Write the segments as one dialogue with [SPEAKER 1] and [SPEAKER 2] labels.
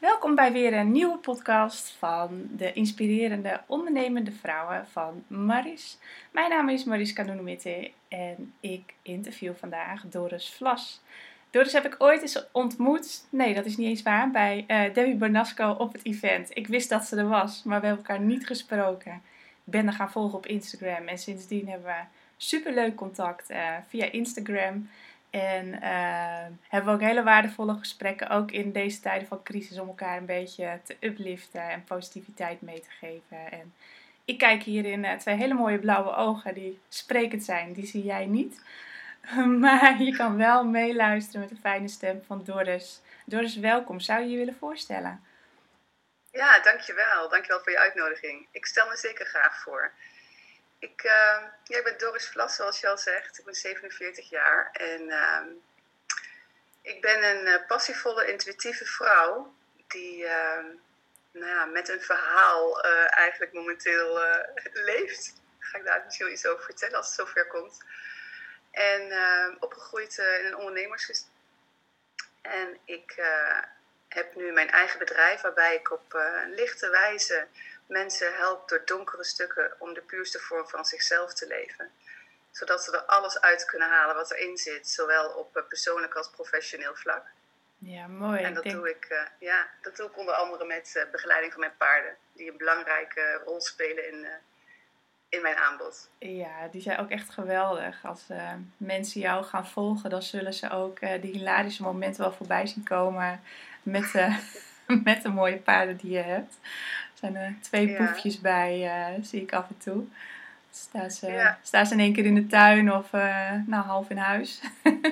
[SPEAKER 1] Welkom bij weer een nieuwe podcast van de inspirerende ondernemende vrouwen van Maris. Mijn naam is Maris Kanoenemitte en ik interview vandaag Doris Vlas. Doris heb ik ooit eens ontmoet, nee dat is niet eens waar, bij Debbie Bernasco op het event. Ik wist dat ze er was, maar we hebben elkaar niet gesproken. Ik ben haar gaan volgen op Instagram en sindsdien hebben we superleuk contact via Instagram. En hebben we ook hele waardevolle gesprekken, ook in deze tijden van crisis, om elkaar een beetje te upliften en positiviteit mee te geven. En ik kijk hierin twee hele mooie blauwe ogen die sprekend zijn, die zie jij niet. Maar je kan wel meeluisteren met de fijne stem van Doris. Doris, welkom. Zou je je willen voorstellen?
[SPEAKER 2] Ja, dankjewel. Dankjewel voor je uitnodiging. Ik stel me zeker graag voor. Ik ben Doris Vlas, zoals je al zegt. Ik ben 47 jaar en ik ben een passievolle, intuïtieve vrouw die met een verhaal eigenlijk momenteel leeft. Daar ga ik daar misschien wel iets over vertellen als het zover komt. En opgegroeid in een ondernemersgezin. En ik heb nu mijn eigen bedrijf waarbij ik op lichte wijze mensen help door donkere stukken om de puurste vorm van zichzelf te leven. Zodat ze er alles uit kunnen halen wat erin zit, zowel op persoonlijk als professioneel vlak.
[SPEAKER 1] Ja, mooi.
[SPEAKER 2] En dat doe ik onder andere met begeleiding van mijn paarden, die een belangrijke rol spelen in mijn aanbod.
[SPEAKER 1] Ja, die zijn ook echt geweldig. Als mensen jou gaan volgen, dan zullen ze ook die hilarische momenten wel voorbij zien komen met, met de mooie paarden die je hebt. Er zijn er twee poefjes bij, zie ik af en toe. Staan ze in één keer in de tuin of half in huis.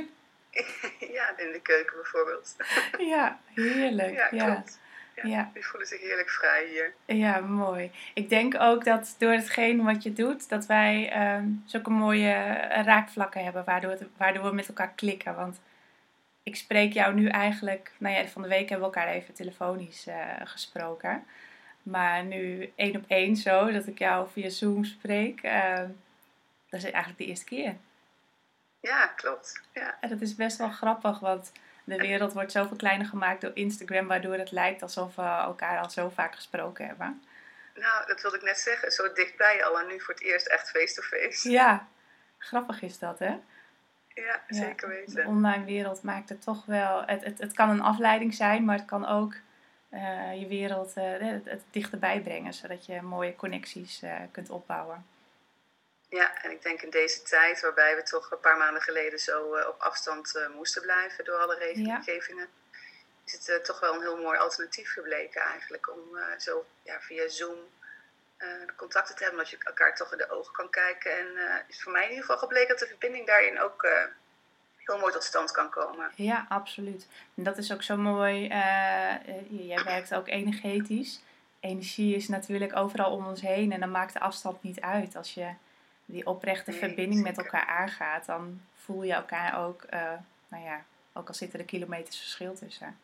[SPEAKER 2] Ja, in de keuken bijvoorbeeld.
[SPEAKER 1] Ja, heerlijk.
[SPEAKER 2] Ja, klopt.
[SPEAKER 1] Ja.
[SPEAKER 2] Die voelen zich heerlijk vrij hier.
[SPEAKER 1] Ja, mooi. Ik denk ook dat door hetgeen wat je doet, dat wij zulke mooie raakvlakken hebben, waardoor we met elkaar klikken. Want ik spreek jou nu eigenlijk, van de week hebben we elkaar even telefonisch gesproken. Maar nu 1 op 1 zo, dat ik jou via Zoom spreek, dat is eigenlijk de eerste keer.
[SPEAKER 2] Ja, klopt. Ja.
[SPEAKER 1] En dat is best wel grappig, want de wereld wordt zoveel kleiner gemaakt door Instagram, waardoor het lijkt alsof we elkaar al zo vaak gesproken hebben.
[SPEAKER 2] Nou, dat wilde ik net zeggen. Zo dichtbij al en nu voor het eerst echt face-to-face.
[SPEAKER 1] Ja, grappig is dat, hè?
[SPEAKER 2] Ja, zeker weten.
[SPEAKER 1] De online wereld maakt het toch wel... Het kan een afleiding zijn, maar het kan ook je wereld het dichterbij brengen, zodat je mooie connecties kunt opbouwen.
[SPEAKER 2] Ja, en ik denk in deze tijd, waarbij we toch een paar maanden geleden zo op afstand moesten blijven door alle regelgevingen, is het toch wel een heel mooi alternatief gebleken eigenlijk om zo via Zoom contacten te hebben, dat je elkaar toch in de ogen kan kijken. En is voor mij in ieder geval gebleken dat de verbinding daarin ook heel mooi tot stand kan komen.
[SPEAKER 1] Ja, absoluut. En dat is ook zo mooi. Jij werkt ook energetisch. Energie is natuurlijk overal om ons heen en dan maakt de afstand niet uit. Als je die oprechte verbinding met elkaar aangaat, dan voel je elkaar ook, ook al zitten er kilometers verschil tussen.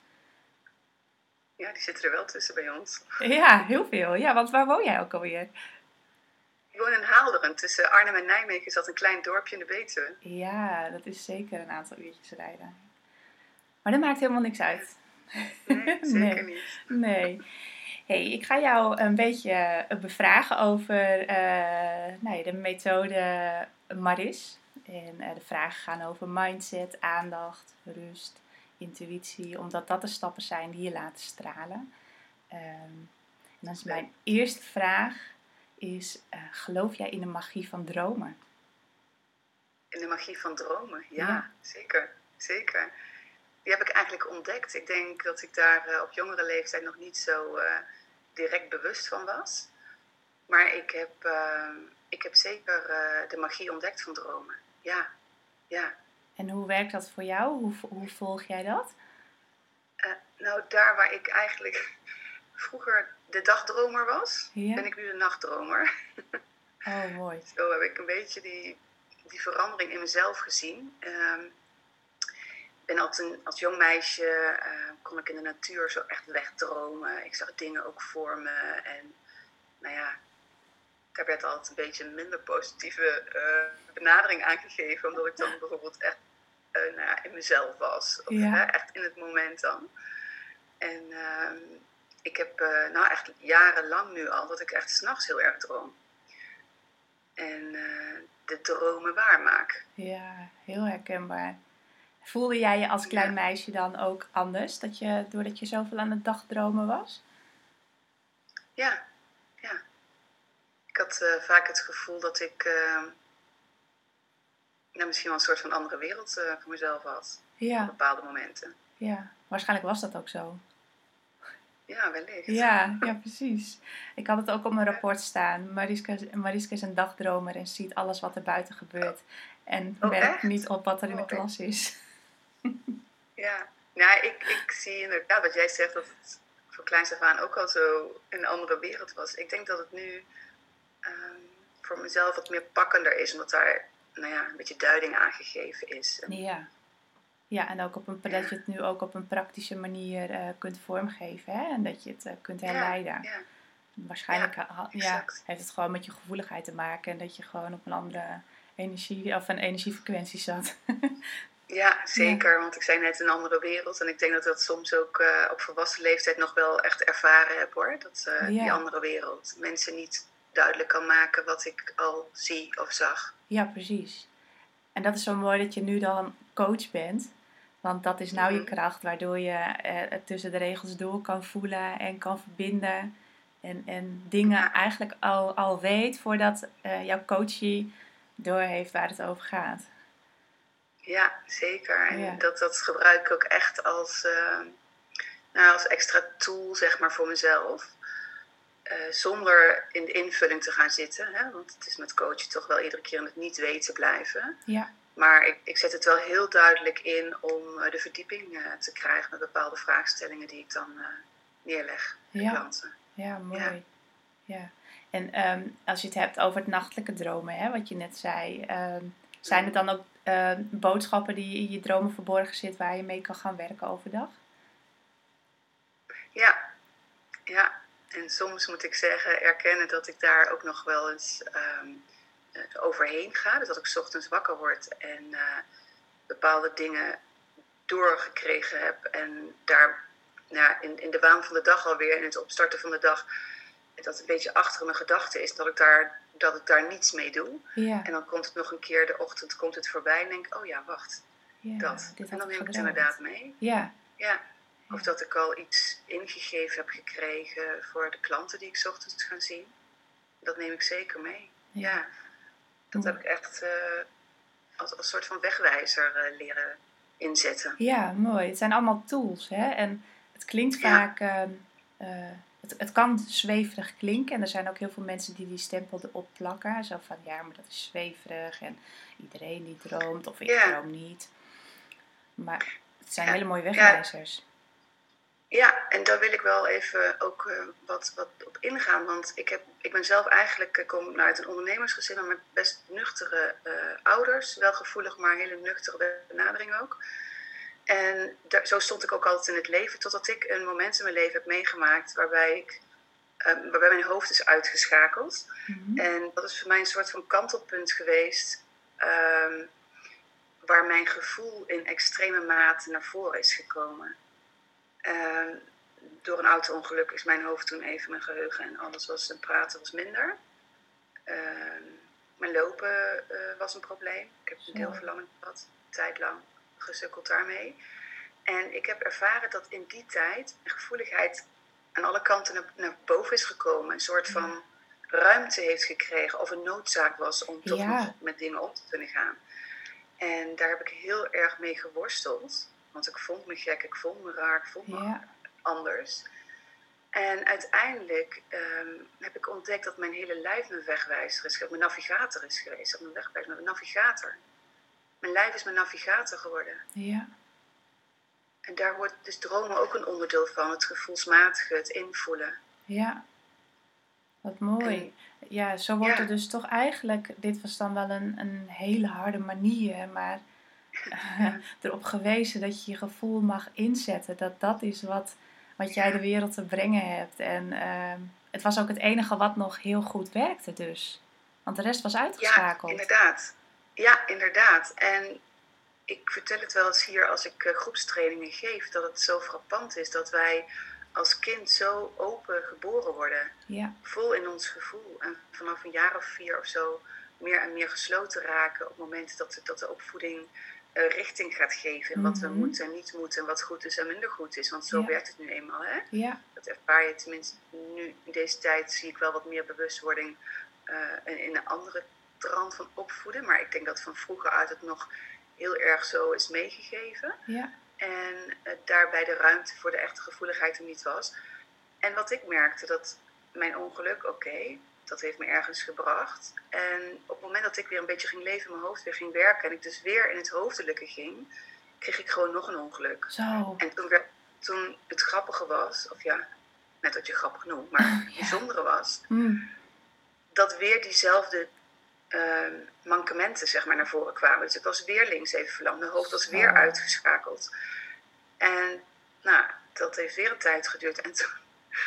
[SPEAKER 2] Ja, die zitten er wel tussen bij ons.
[SPEAKER 1] Ja, heel veel. Ja, want waar woon jij ook alweer?
[SPEAKER 2] Ik woon in Haalderen. Tussen Arnhem en Nijmegen is dat een klein dorpje in de Betuwe.
[SPEAKER 1] Ja, dat is zeker een aantal uurtjes rijden. Maar dat maakt helemaal niks uit.
[SPEAKER 2] Nee, zeker niet.
[SPEAKER 1] Nee. Hey, ik ga jou een beetje bevragen over de methode Maris. En de vragen gaan over mindset, aandacht, rust, intuïtie. Omdat dat de stappen zijn die je laten stralen. En dan is mijn eerste vraag is, geloof jij in de magie van dromen?
[SPEAKER 2] In de magie van dromen, ja. Zeker. Zeker. Die heb ik eigenlijk ontdekt. Ik denk dat ik daar op jongere leeftijd nog niet zo direct bewust van was. Maar ik heb zeker de magie ontdekt van dromen. Ja.
[SPEAKER 1] En hoe werkt dat voor jou? Hoe volg jij dat?
[SPEAKER 2] Nou, daar waar ik eigenlijk vroeger de dagdromer was, ben ik nu de nachtdromer.
[SPEAKER 1] Oh, mooi.
[SPEAKER 2] Zo heb ik een beetje die verandering in mezelf gezien. Als jong meisje kon ik in de natuur zo echt wegdromen. Ik zag dingen ook voor me. En daar werd altijd een beetje een minder positieve benadering aangegeven. Omdat ik dan bijvoorbeeld echt in mezelf was. Of echt in het moment dan. En ik heb nou echt jarenlang nu al dat ik echt 's nachts heel erg droom. En de dromen waarmaak.
[SPEAKER 1] Ja, heel herkenbaar. Voelde jij je als klein
[SPEAKER 2] Ja,
[SPEAKER 1] meisje dan ook anders, doordat je zoveel aan het dagdromen was?
[SPEAKER 2] ja, ja. Ik had vaak het gevoel dat ik misschien wel een soort van andere wereld voor mezelf had. Op
[SPEAKER 1] Ja,
[SPEAKER 2] bepaalde momenten.
[SPEAKER 1] ja. Waarschijnlijk was dat ook zo.
[SPEAKER 2] Ja, wellicht.
[SPEAKER 1] Ja, ja, precies. Ik had het ook op mijn
[SPEAKER 2] Ja.
[SPEAKER 1] rapport staan. Mariska is een dagdromer en ziet alles wat er buiten gebeurt. En
[SPEAKER 2] Oh,
[SPEAKER 1] merkt niet
[SPEAKER 2] echt?
[SPEAKER 1] op wat er in de
[SPEAKER 2] Mooi.
[SPEAKER 1] klas is.
[SPEAKER 2] Ja. Nou, ik zie inderdaad wat jij zegt, dat het voor kleins af aan ook al zo een andere wereld was. Ik denk dat het nu ehm, voor mezelf wat meer pakkender is, omdat daar een beetje duiding aan gegeven is. En,
[SPEAKER 1] Ja, ja, en ook dat
[SPEAKER 2] ja,
[SPEAKER 1] je het nu ook op een praktische manier kunt vormgeven, hè? En dat je het kunt
[SPEAKER 2] ja,
[SPEAKER 1] herleiden.
[SPEAKER 2] ja,
[SPEAKER 1] Waarschijnlijk
[SPEAKER 2] ja,
[SPEAKER 1] ja,
[SPEAKER 2] exact.
[SPEAKER 1] heeft het gewoon met je gevoeligheid te maken en dat je gewoon op een andere energie of een energiefrequentie zat.
[SPEAKER 2] Ja,
[SPEAKER 1] Ja,
[SPEAKER 2] zeker. Want ik zei net een andere wereld. En ik denk dat ik dat soms ook op volwassen leeftijd nog wel echt ervaren heb hoor. Dat die
[SPEAKER 1] ja,
[SPEAKER 2] andere wereld mensen niet duidelijk kan maken wat ik al zie of zag.
[SPEAKER 1] ja, precies. En dat is zo mooi dat je nu dan coach bent. Want dat is nou je
[SPEAKER 2] Mhm.
[SPEAKER 1] kracht, waardoor je het tussen de regels door kan voelen en kan verbinden. En dingen
[SPEAKER 2] Ja,
[SPEAKER 1] eigenlijk al weet voordat jouw coachie doorheeft waar het over gaat.
[SPEAKER 2] ja, zeker. En
[SPEAKER 1] Ja,
[SPEAKER 2] dat gebruik ik ook echt als extra tool zeg maar voor mezelf. Zonder in de invulling te gaan zitten. Hè? Want het is met coachen toch wel iedere keer in het niet weten blijven.
[SPEAKER 1] ja,
[SPEAKER 2] Maar ik zet het wel heel duidelijk in om de verdieping te krijgen met bepaalde vraagstellingen die ik dan neerleg bij
[SPEAKER 1] ja,
[SPEAKER 2] klanten.
[SPEAKER 1] ja,
[SPEAKER 2] Ja.
[SPEAKER 1] mooi. Ja. En als je het hebt over het nachtelijke dromen, hè, wat je net zei, zijn het
[SPEAKER 2] Mhm.
[SPEAKER 1] dan ook boodschappen die in je dromen verborgen zitten waar je mee kan gaan werken overdag?
[SPEAKER 2] Ja, ja. En soms moet ik zeggen, erkennen dat ik daar ook nog wel eens overheen ga. Dus dat ik 's ochtends wakker word en bepaalde dingen doorgekregen heb. En daar in de waan van de dag alweer, in het opstarten van de dag, dat een beetje achter mijn gedachten is dat ik daar niets mee doe.
[SPEAKER 1] Ja,
[SPEAKER 2] En dan komt het nog een keer, de ochtend komt het voorbij en denk ik, oh ja, wacht,
[SPEAKER 1] ja,
[SPEAKER 2] dat.
[SPEAKER 1] dit
[SPEAKER 2] En
[SPEAKER 1] had
[SPEAKER 2] dan
[SPEAKER 1] ik
[SPEAKER 2] neem ik het
[SPEAKER 1] gedroomd.
[SPEAKER 2] inderdaad mee.
[SPEAKER 1] Ja,
[SPEAKER 2] Ja.
[SPEAKER 1] ja,
[SPEAKER 2] Of dat ik al iets ingegeven heb gekregen voor de klanten die ik 's ochtends ga zien. Dat neem ik zeker mee.
[SPEAKER 1] ja.
[SPEAKER 2] Ja, dat heb
[SPEAKER 1] Mooi.
[SPEAKER 2] ik echt als soort van wegwijzer leren inzetten.
[SPEAKER 1] Ja, mooi. Het zijn allemaal tools, hè? En het klinkt
[SPEAKER 2] Ja,
[SPEAKER 1] vaak, het kan zweverig klinken. En er zijn ook heel veel mensen die stempel erop plakken. Zo van, ja, maar dat is zweverig en iedereen die droomt of ik
[SPEAKER 2] ja,
[SPEAKER 1] droom niet. Maar het zijn
[SPEAKER 2] ja,
[SPEAKER 1] hele mooie
[SPEAKER 2] ja,
[SPEAKER 1] wegwijzers.
[SPEAKER 2] ja, en daar wil ik wel even ook wat op ingaan. Want ik ben zelf eigenlijk, kom uit een ondernemersgezin, maar met best nuchtere ouders. Wel gevoelig, maar hele nuchtere benadering ook. En zo stond ik ook altijd in het leven, totdat ik een moment in mijn leven heb meegemaakt waarbij mijn hoofd is uitgeschakeld.
[SPEAKER 1] Mhm.
[SPEAKER 2] En dat is voor mij een soort van kantelpunt geweest, ehm, waar mijn gevoel in extreme mate naar voren is gekomen. Ehm, Door een auto-ongeluk is mijn hoofd toen even, mijn geheugen en alles was, en praten was minder. Ehm, Mijn lopen was een probleem. Ik heb een
[SPEAKER 1] Zo.
[SPEAKER 2] deelverlamming gehad, een tijd lang gesukkeld daarmee. En ik heb ervaren dat in die tijd mijn gevoeligheid aan alle kanten naar boven is gekomen. Een soort
[SPEAKER 1] Ja.
[SPEAKER 2] van ruimte heeft gekregen of een noodzaak was om toch nog
[SPEAKER 1] Ja,
[SPEAKER 2] met dingen om te kunnen gaan. En daar heb ik heel erg mee geworsteld. Want ik vond me gek, ik vond me raar, ik vond me
[SPEAKER 1] ja,
[SPEAKER 2] anders. En uiteindelijk heb ik ontdekt dat mijn hele lijf mijn wegwijzer is, mijn navigator is geweest. Of mijn wegwijzer, mijn navigator. Mijn lijf is mijn navigator geworden.
[SPEAKER 1] ja,
[SPEAKER 2] En daar wordt dus dromen ook een onderdeel van. Het gevoelsmatige, het invoelen.
[SPEAKER 1] ja. Wat mooi.
[SPEAKER 2] En
[SPEAKER 1] Ja, zo wordt er
[SPEAKER 2] ja,
[SPEAKER 1] dus toch eigenlijk, dit was dan wel een hele harde manier, maar
[SPEAKER 2] ja,
[SPEAKER 1] erop gewezen dat je je gevoel mag inzetten. Dat is wat jij de
[SPEAKER 2] ja,
[SPEAKER 1] wereld te brengen hebt. En het was ook het enige wat nog heel goed werkte dus. Want de rest was
[SPEAKER 2] ja,
[SPEAKER 1] uitgeschakeld.
[SPEAKER 2] inderdaad. Ja, inderdaad. En ik vertel het wel eens hier als ik groepstrainingen geef, dat het zo frappant is dat wij als kind zo open geboren worden.
[SPEAKER 1] Ja.
[SPEAKER 2] Vol in ons gevoel. En vanaf een jaar of 4 of zo meer en meer gesloten raken op momenten dat de opvoeding richting gaat geven. En wat we moeten en niet moeten en wat goed is en minder goed is. Want zo werkt het nu eenmaal. Hè?
[SPEAKER 1] Ja.
[SPEAKER 2] Dat ervaar je tenminste nu in deze tijd zie ik wel wat meer bewustwording in een andere trant van opvoeden. Maar ik denk dat van vroeger uit het nog heel erg zo is meegegeven.
[SPEAKER 1] Ja.
[SPEAKER 2] En daarbij de ruimte voor de echte gevoeligheid er niet was. En wat ik merkte, dat mijn ongeluk, dat heeft me ergens gebracht. En op het moment dat ik weer een beetje ging leven, in mijn hoofd weer ging werken... en ik dus weer in het hoofdelijke ging, kreeg ik gewoon nog een ongeluk.
[SPEAKER 1] Zo.
[SPEAKER 2] En toen het grappige was, of ja, net wat je grappig noemt, maar het bijzondere was... dat weer diezelfde mankementen zeg maar naar voren kwamen. Dus ik was weer links even verlamd. Mijn hoofd was weer uitgeschakeld. En nou, dat heeft weer een tijd geduurd. En toen,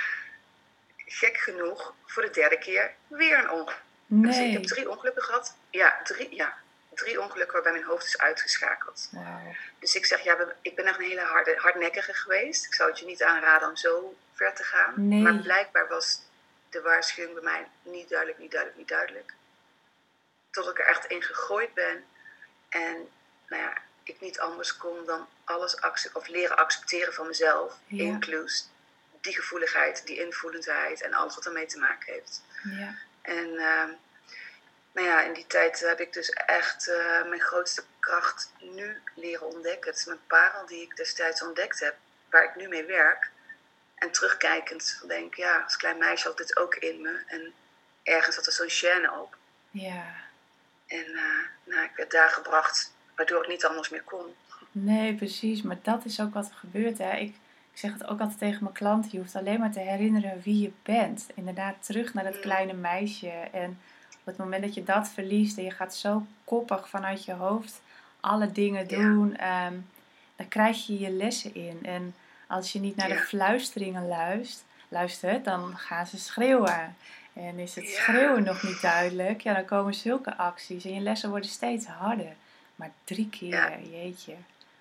[SPEAKER 2] gek genoeg, voor de 3e keer weer een ongeluk.
[SPEAKER 1] Nee.
[SPEAKER 2] Dus ik heb 3 ongelukken gehad. Ja, 3 ongelukken waarbij mijn hoofd is uitgeschakeld.
[SPEAKER 1] Wow.
[SPEAKER 2] Dus ik zeg, ik ben echt een hele hardnekkige geweest. Ik zou het je niet aanraden om zo ver te gaan.
[SPEAKER 1] Nee.
[SPEAKER 2] Maar blijkbaar was de waarschuwing bij mij niet duidelijk. Tot ik er echt in gegooid ben. En nou ja, ik niet anders kon dan alles leren accepteren van mezelf.
[SPEAKER 1] Ja.
[SPEAKER 2] Inclusief die gevoeligheid, die invoelendheid en alles wat ermee te maken heeft.
[SPEAKER 1] Ja.
[SPEAKER 2] En nou ja, in die tijd heb ik dus echt mijn grootste kracht nu leren ontdekken. Het is mijn parel die ik destijds ontdekt heb, waar ik nu mee werk. En terugkijkend denk ik, ja, als klein meisje had dit ook in me. En ergens had er zo'n chaîne op.
[SPEAKER 1] Ja.
[SPEAKER 2] En nou, ik werd daar gebracht, waardoor ik niet anders meer kon.
[SPEAKER 1] Nee, precies. Maar dat is ook wat er gebeurt. Hè. Ik zeg het ook altijd tegen mijn klanten. Je hoeft alleen maar te herinneren wie je bent. Inderdaad, terug naar dat kleine meisje. En op het moment dat je dat verliest en je gaat zo koppig vanuit je hoofd alle dingen doen, dan krijg je je lessen in. En als je niet naar de fluisteringen luistert, dan gaan ze schreeuwen. En is het schreeuwen nog niet duidelijk, dan komen zulke acties. En je lessen worden steeds harder. Maar 3 keer, jeetje.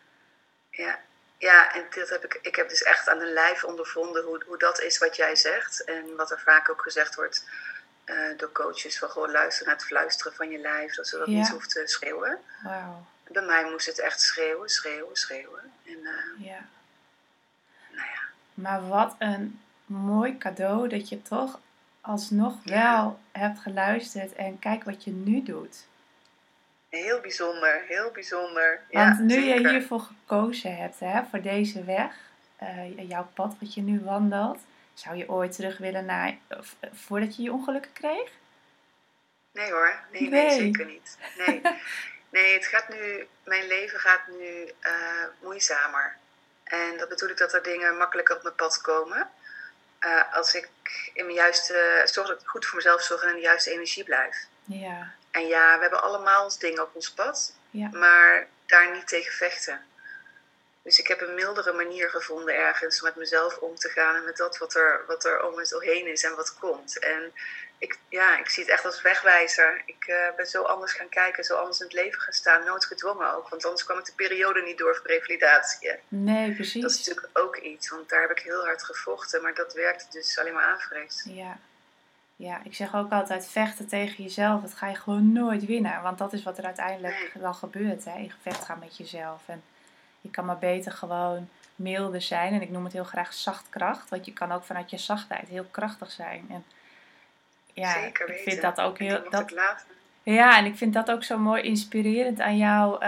[SPEAKER 2] Ja, en ik heb dus echt aan de lijf ondervonden hoe dat is wat jij zegt. En wat er vaak ook gezegd wordt door coaches. Van gewoon luisteren naar het fluisteren van je lijf. Dat ze dat niet hoeft te schreeuwen.
[SPEAKER 1] Wauw.
[SPEAKER 2] Bij mij moest het echt schreeuwen. En nou ja.
[SPEAKER 1] Maar wat een mooi cadeau dat je toch alsnog wel hebt geluisterd. En kijk wat je nu doet.
[SPEAKER 2] Heel bijzonder, heel bijzonder.
[SPEAKER 1] Want nu je hiervoor gekozen hebt, hè, voor deze weg, jouw pad wat je nu wandelt, zou je ooit terug willen naar voordat je ongelukken kreeg?
[SPEAKER 2] Nee hoor, nee zeker niet. Nee, mijn leven gaat nu moeizamer. En dat bedoel ik dat er dingen makkelijker op mijn pad komen. Als ik in mijn goed voor mezelf zorg en in de juiste energie blijf.
[SPEAKER 1] Ja.
[SPEAKER 2] En ja, we hebben allemaal dingen op ons pad, maar daar niet tegen vechten. Dus ik heb een mildere manier gevonden ergens om met mezelf om te gaan en met dat wat er om me heen is en wat komt. En ik zie het echt als wegwijzer. Ik ben zo anders gaan kijken, zo anders in het leven gaan staan, nooit gedwongen ook. Want anders kwam ik de periode niet door voor revalidatie.
[SPEAKER 1] Nee, precies.
[SPEAKER 2] Dat is natuurlijk ook iets, want daar heb ik heel hard gevochten, maar dat werkte dus alleen maar averechts.
[SPEAKER 1] Ja, ik zeg ook altijd vechten tegen jezelf. Dat ga je gewoon nooit winnen. Want dat is wat er uiteindelijk wel gebeurt. Hè? In gevecht gaan met jezelf. En je kan maar beter gewoon milder zijn. En ik noem het heel graag zachtkracht. Want je kan ook vanuit je zachtheid heel krachtig zijn. En ja,
[SPEAKER 2] zeker weten.
[SPEAKER 1] Ik vind dat ook heel...
[SPEAKER 2] Ja,
[SPEAKER 1] en ik vind dat ook zo mooi inspirerend aan jou.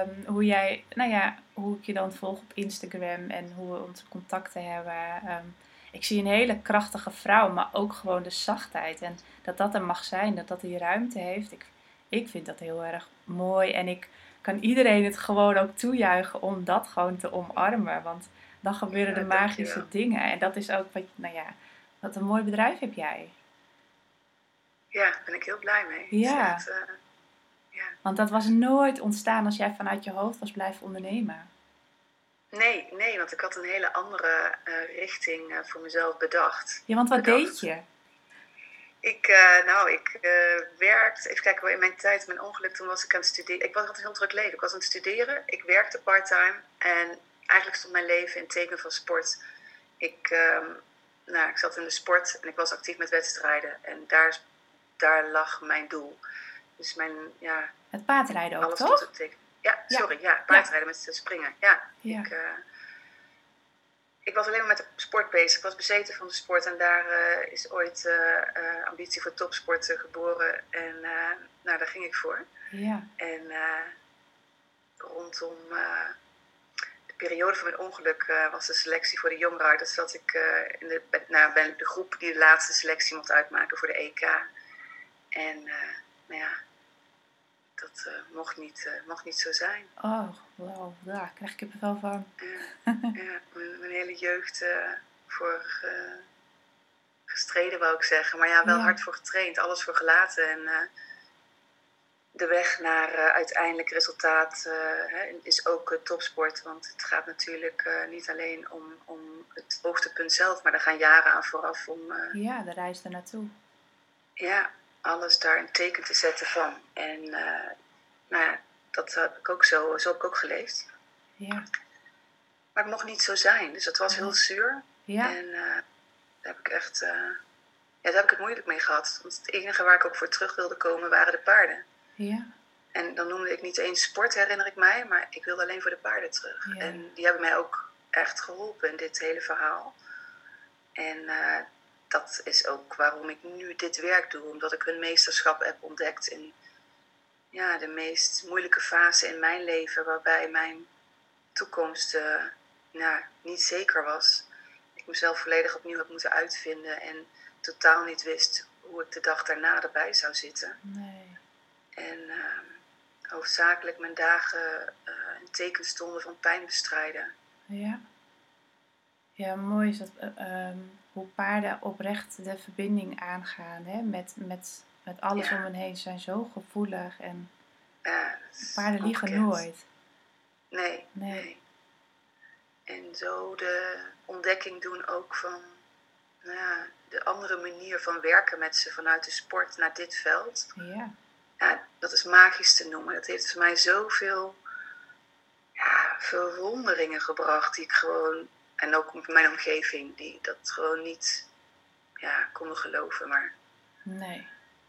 [SPEAKER 1] Hoe ik je dan volg op Instagram. En hoe we onze contacten hebben. Ik zie een hele krachtige vrouw, maar ook gewoon de zachtheid. En dat er mag zijn, dat die ruimte heeft. Ik vind dat heel erg mooi. En ik kan iedereen het gewoon ook toejuichen om dat gewoon te omarmen. Want dan gebeuren de magische dingen. En dat is ook wat een mooi bedrijf heb jij.
[SPEAKER 2] Ja, daar ben ik heel blij mee.
[SPEAKER 1] Ja. Want dat was nooit ontstaan als jij vanuit je hoofd was blijven ondernemen.
[SPEAKER 2] Nee, want ik had een hele andere richting voor mezelf bedacht.
[SPEAKER 1] Ja, want wat deed je?
[SPEAKER 2] Ik werkte, even kijken, in mijn tijd, mijn ongeluk, toen was ik aan het studeren. Ik had een heel druk leven. Ik was aan het studeren, ik werkte part-time en eigenlijk stond mijn leven in het teken van sport. Ik zat in de sport en ik was actief met wedstrijden en daar lag mijn doel. Dus
[SPEAKER 1] Het paardrijden ook,
[SPEAKER 2] alles
[SPEAKER 1] toch?
[SPEAKER 2] stond op teken. Ja, paardrijden met springen. Ja. Ik was alleen maar met de sport bezig. Ik was bezeten van de sport en daar is ooit ambitie voor topsport geboren. En daar ging ik voor.
[SPEAKER 1] Ja.
[SPEAKER 2] En rondom de periode van mijn ongeluk was de selectie voor de Young Riders. Zat ik bij de groep die de laatste selectie mocht uitmaken voor de EK. En dat mocht niet zo zijn.
[SPEAKER 1] Oh, wauw. Daar krijg ik er wel van.
[SPEAKER 2] Mijn hele jeugd voor gestreden, wou ik zeggen. Maar wel hard voor getraind. Alles voor gelaten. En de weg naar uiteindelijk resultaat is ook topsport. Want het gaat natuurlijk niet alleen om het hoogtepunt zelf. Maar er gaan jaren aan vooraf om...
[SPEAKER 1] de reis daar naartoe.
[SPEAKER 2] Ja, alles daar een teken te zetten van. En dat heb ik ook zo heb ik ook geleefd.
[SPEAKER 1] Ja.
[SPEAKER 2] Maar het mocht niet zo zijn. Dus het was heel zuur.
[SPEAKER 1] Ja.
[SPEAKER 2] En daar heb ik echt... daar heb ik het moeilijk mee gehad. Want het enige waar ik ook voor terug wilde komen waren de paarden.
[SPEAKER 1] Ja.
[SPEAKER 2] En dan noemde ik niet eens sport, herinner ik mij. Maar ik wilde alleen voor de paarden terug.
[SPEAKER 1] Ja.
[SPEAKER 2] En die hebben mij ook echt geholpen in dit hele verhaal. En dat is ook waarom ik nu dit werk doe. Omdat ik hun meesterschap heb ontdekt in de meest moeilijke fase in mijn leven. Waarbij mijn toekomst niet zeker was. Ik mezelf volledig opnieuw heb moeten uitvinden. En totaal niet wist hoe ik de dag daarna erbij zou zitten.
[SPEAKER 1] Nee.
[SPEAKER 2] En hoofdzakelijk mijn dagen een teken stonden van pijn bestrijden.
[SPEAKER 1] Ja. Ja, mooi is dat hoe paarden oprecht de verbinding aangaan. Hè? Met alles om hen heen. Ze zijn zo gevoelig. En paarden liegen nooit.
[SPEAKER 2] Nee. En zo de ontdekking doen ook van de andere manier van werken met ze vanuit de sport naar dit veld.
[SPEAKER 1] Ja.
[SPEAKER 2] Dat is magisch te noemen. Dat heeft voor mij zoveel verwonderingen gebracht die ik gewoon, en ook in mijn omgeving, die dat gewoon niet konden geloven. Maar
[SPEAKER 1] nee.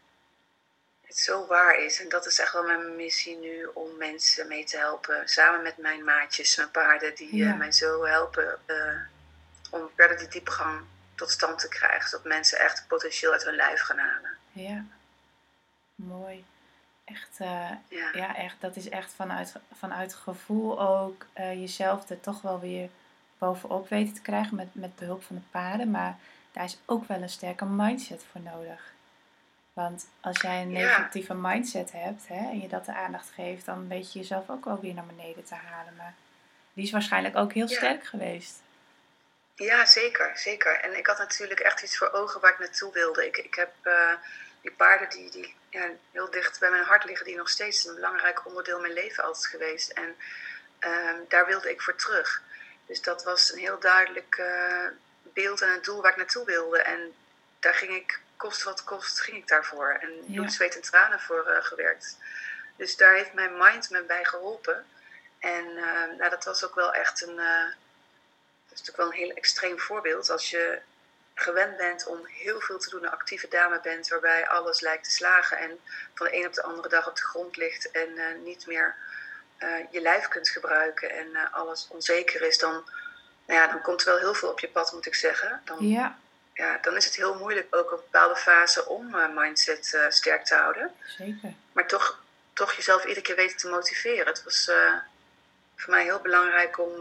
[SPEAKER 2] Het zo waar is. En dat is echt wel mijn missie nu, om mensen mee te helpen. Samen met mijn maatjes, mijn paarden, die mij zo helpen om verder die diepgang tot stand te krijgen. Zodat mensen echt het potentieel uit hun lijf gaan halen.
[SPEAKER 1] Ja, mooi. Echt, echt, dat is echt vanuit gevoel ook jezelf er toch wel weer bovenop weten te krijgen met behulp van de paarden. Maar daar is ook wel een sterke mindset voor nodig. Want als jij een negatieve mindset hebt en je dat de aandacht geeft, dan weet je jezelf ook wel weer naar beneden te halen. Maar die is waarschijnlijk ook heel sterk geweest.
[SPEAKER 2] Ja, zeker. En ik had natuurlijk echt iets voor ogen waar ik naartoe wilde. Ik heb die paarden die heel dicht bij mijn hart liggen, die nog steeds een belangrijk onderdeel in mijn leven altijd geweest. En daar wilde ik voor terug. Dus dat was een heel duidelijk beeld en een doel waar ik naartoe wilde. En daar ging ik, kost wat kost, ging ik daarvoor. En bloed, zweet en tranen voor gewerkt. Dus daar heeft mijn mind me bij geholpen. En dat was ook wel echt dat is natuurlijk wel een heel extreem voorbeeld. Als je gewend bent om heel veel te doen, een actieve dame bent, waarbij alles lijkt te slagen en van de een op de andere dag op de grond ligt en niet meer je lijf kunt gebruiken en alles onzeker is, dan komt er wel heel veel op je pad, moet ik zeggen. Dan is het heel moeilijk ook op een bepaalde fase om mindset sterk te houden.
[SPEAKER 1] Zeker.
[SPEAKER 2] Maar toch jezelf iedere keer weten te motiveren. Het was voor mij heel belangrijk om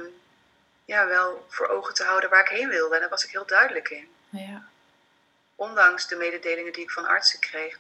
[SPEAKER 2] wel voor ogen te houden waar ik heen wilde. En daar was ik heel duidelijk in.
[SPEAKER 1] Ja.
[SPEAKER 2] Ondanks de mededelingen die ik van artsen kreeg,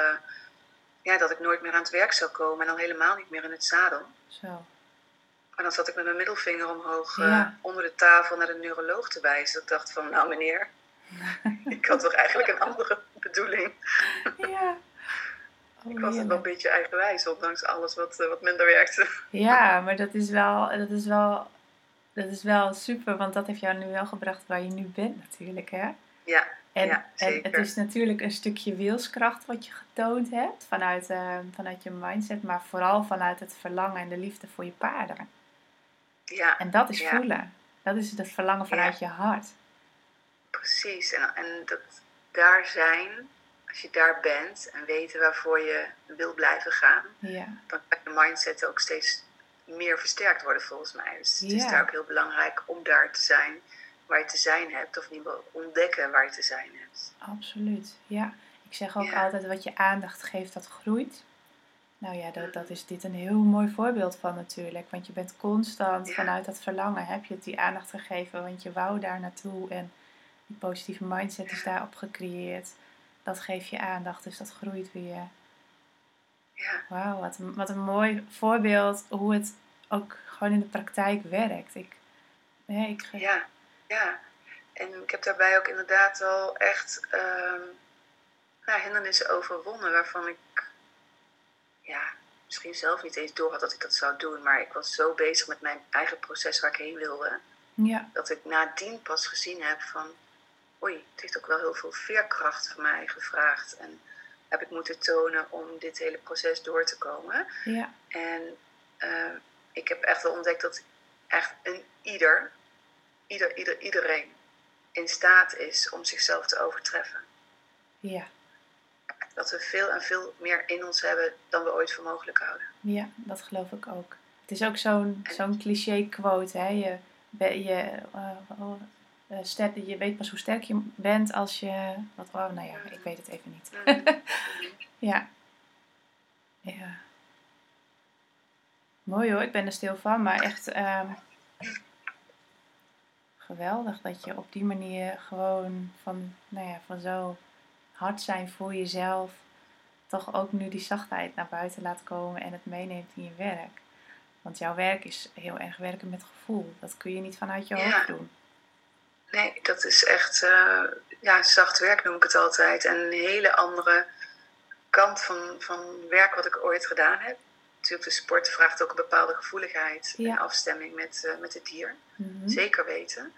[SPEAKER 2] dat ik nooit meer aan het werk zou komen en al helemaal niet meer in het zadel.
[SPEAKER 1] Zo.
[SPEAKER 2] Maar dan zat ik met mijn middelvinger omhoog onder de tafel naar de neuroloog te wijzen. Ik dacht van, nou meneer, ik had toch eigenlijk een andere bedoeling.
[SPEAKER 1] Ja.
[SPEAKER 2] Oh, ik was het wel een beetje eigenwijs, ondanks alles wat minder werkte.
[SPEAKER 1] Ja, maar dat is wel super, want dat heeft jou nu wel gebracht waar je nu bent natuurlijk, hè?
[SPEAKER 2] Ja,
[SPEAKER 1] En
[SPEAKER 2] ja,
[SPEAKER 1] het
[SPEAKER 2] zeker.
[SPEAKER 1] is natuurlijk een stukje wilskracht wat je getoond hebt vanuit je mindset, maar vooral vanuit het verlangen en de liefde voor je paarden.
[SPEAKER 2] Ja,
[SPEAKER 1] En dat is
[SPEAKER 2] ja,
[SPEAKER 1] voelen. Dat is het verlangen
[SPEAKER 2] ja,
[SPEAKER 1] vanuit je hart.
[SPEAKER 2] precies. En dat daar zijn, als je daar bent en weten waarvoor je wil blijven gaan,
[SPEAKER 1] Ja,
[SPEAKER 2] dan kan je mindset ook steeds meer versterkt worden volgens mij. Dus het is daar
[SPEAKER 1] ja,
[SPEAKER 2] ook heel belangrijk om daar te zijn waar je te zijn hebt, of in ieder geval ontdekken waar je te zijn hebt.
[SPEAKER 1] absoluut. Ja, ik zeg ook
[SPEAKER 2] Ja,
[SPEAKER 1] altijd wat je aandacht geeft, dat groeit. Nou ja, dat
[SPEAKER 2] mhm,
[SPEAKER 1] is dit een heel mooi voorbeeld van natuurlijk. Want je bent constant
[SPEAKER 2] ja,
[SPEAKER 1] vanuit dat verlangen, heb je het die aandacht gegeven, want je wou daar naartoe en die positieve mindset is
[SPEAKER 2] ja,
[SPEAKER 1] daarop gecreëerd. Dat geeft je aandacht, dus dat groeit weer.
[SPEAKER 2] ja,
[SPEAKER 1] Wauw, wat een mooi voorbeeld hoe het ook gewoon in de praktijk werkt.
[SPEAKER 2] ja, ja. En ik heb daarbij ook inderdaad wel echt hindernissen overwonnen waarvan ik ja, misschien zelf niet eens door had dat ik dat zou doen. Maar ik was zo bezig met mijn eigen proces waar ik heen wilde.
[SPEAKER 1] Ja,
[SPEAKER 2] Dat ik nadien pas gezien heb van, oei, het heeft ook wel heel veel veerkracht van mij gevraagd. En heb ik moeten tonen om dit hele proces door te komen.
[SPEAKER 1] ja,
[SPEAKER 2] En ik heb echt wel ontdekt dat echt iedereen in staat is om zichzelf te overtreffen.
[SPEAKER 1] ja,
[SPEAKER 2] Dat we veel en veel meer in ons hebben dan we ooit voor mogelijk houden.
[SPEAKER 1] ja, dat geloof ik ook. Het is ook
[SPEAKER 2] En,
[SPEAKER 1] zo'n cliché quote, hè. Je weet pas hoe sterk je bent als je... nou ja, ik weet het even niet. Ja, ja. Mooi hoor, ik ben er stil van. Maar echt geweldig dat je op die manier gewoon van zo hard zijn voor jezelf... toch ook nu die zachtheid naar buiten laat komen en het meeneemt in je werk. Want jouw werk is heel erg werken met gevoel. Dat kun je niet vanuit je hoofd
[SPEAKER 2] ja,
[SPEAKER 1] doen.
[SPEAKER 2] nee, dat is echt zacht werk noem ik het altijd. En een hele andere kant van werk wat ik ooit gedaan heb. Natuurlijk, de sport vraagt ook een bepaalde gevoeligheid en
[SPEAKER 1] Ja.
[SPEAKER 2] afstemming met het dier.
[SPEAKER 1] Mhm.
[SPEAKER 2] Zeker weten.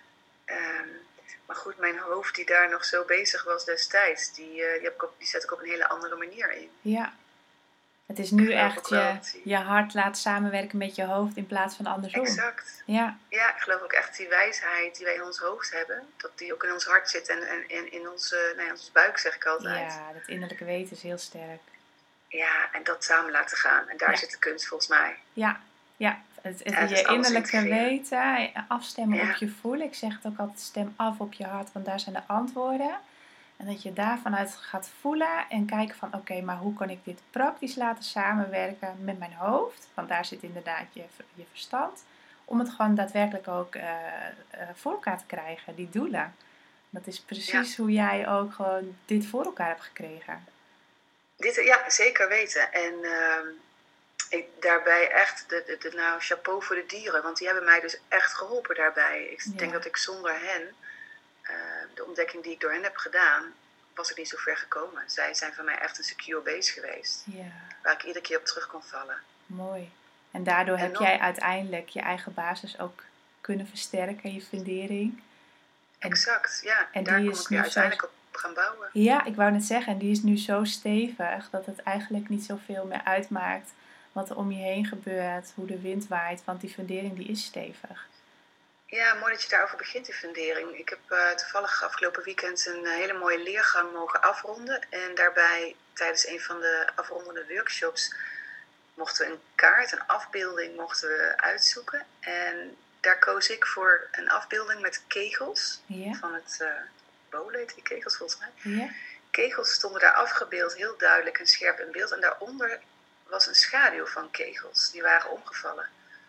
[SPEAKER 2] Maar goed, mijn hoofd die daar nog zo bezig was destijds, die zet ik op een hele andere manier in.
[SPEAKER 1] Ja. Het is
[SPEAKER 2] Ik
[SPEAKER 1] nu
[SPEAKER 2] geloof
[SPEAKER 1] echt
[SPEAKER 2] ook wel dat
[SPEAKER 1] je hart laat samenwerken met je hoofd in plaats van andersom.
[SPEAKER 2] Exact.
[SPEAKER 1] Ja.
[SPEAKER 2] Ja, ik geloof ook echt die wijsheid die wij in ons hoofd hebben, dat die ook in ons hart zit en in onze buik, zeg ik altijd.
[SPEAKER 1] Ja, dat innerlijke weten is heel sterk.
[SPEAKER 2] Ja, en dat samen laten gaan. En daar
[SPEAKER 1] Ja.
[SPEAKER 2] zit de kunst volgens mij.
[SPEAKER 1] Ja, ja.
[SPEAKER 2] Het
[SPEAKER 1] Je
[SPEAKER 2] is alles
[SPEAKER 1] innerlijke
[SPEAKER 2] integreren.
[SPEAKER 1] weten, afstemmen op
[SPEAKER 2] Ja,
[SPEAKER 1] je voelen. Ik zeg het ook altijd, stem af op je hart, want daar zijn de antwoorden. En dat je daar vanuit gaat voelen en kijken van oké, maar hoe kan ik dit praktisch laten samenwerken met mijn hoofd? Want daar zit inderdaad je verstand. Om het gewoon daadwerkelijk ook voor elkaar te krijgen, die doelen. Dat is precies hoe jij ook gewoon dit voor elkaar hebt gekregen.
[SPEAKER 2] ja, zeker weten. En daarbij echt chapeau voor de dieren. Want die hebben mij dus echt geholpen daarbij. Ik denk dat ik zonder hen, de ontdekking die ik door hen heb gedaan, was ik niet zo ver gekomen. Zij zijn voor mij echt een secure base geweest.
[SPEAKER 1] Ja.
[SPEAKER 2] Waar ik iedere keer op terug kon vallen.
[SPEAKER 1] Mooi. En daardoor heb jij uiteindelijk je eigen basis ook kunnen versterken, je fundering.
[SPEAKER 2] Exact, ja.
[SPEAKER 1] En
[SPEAKER 2] daar
[SPEAKER 1] die
[SPEAKER 2] kon
[SPEAKER 1] is
[SPEAKER 2] ik weer
[SPEAKER 1] nu
[SPEAKER 2] uiteindelijk op gaan bouwen.
[SPEAKER 1] Ja, ik wou net zeggen, en die is nu zo stevig dat het eigenlijk niet zoveel meer uitmaakt wat er om je heen gebeurt, hoe de wind waait, want die fundering die is stevig.
[SPEAKER 2] Ja, mooi dat je daarover begint, die fundering. Ik heb toevallig afgelopen weekend een hele mooie leergang mogen afronden. En daarbij, tijdens een van de afrondende workshops, mochten we een kaart, een afbeelding mochten we uitzoeken. En daar koos ik voor een afbeelding met kegels.
[SPEAKER 1] Ja.
[SPEAKER 2] Van het bowlen heet die kegels volgens mij.
[SPEAKER 1] Ja.
[SPEAKER 2] Kegels stonden daar afgebeeld, heel duidelijk en scherp in beeld. En daaronder was een schaduw van kegels, die waren omgevallen.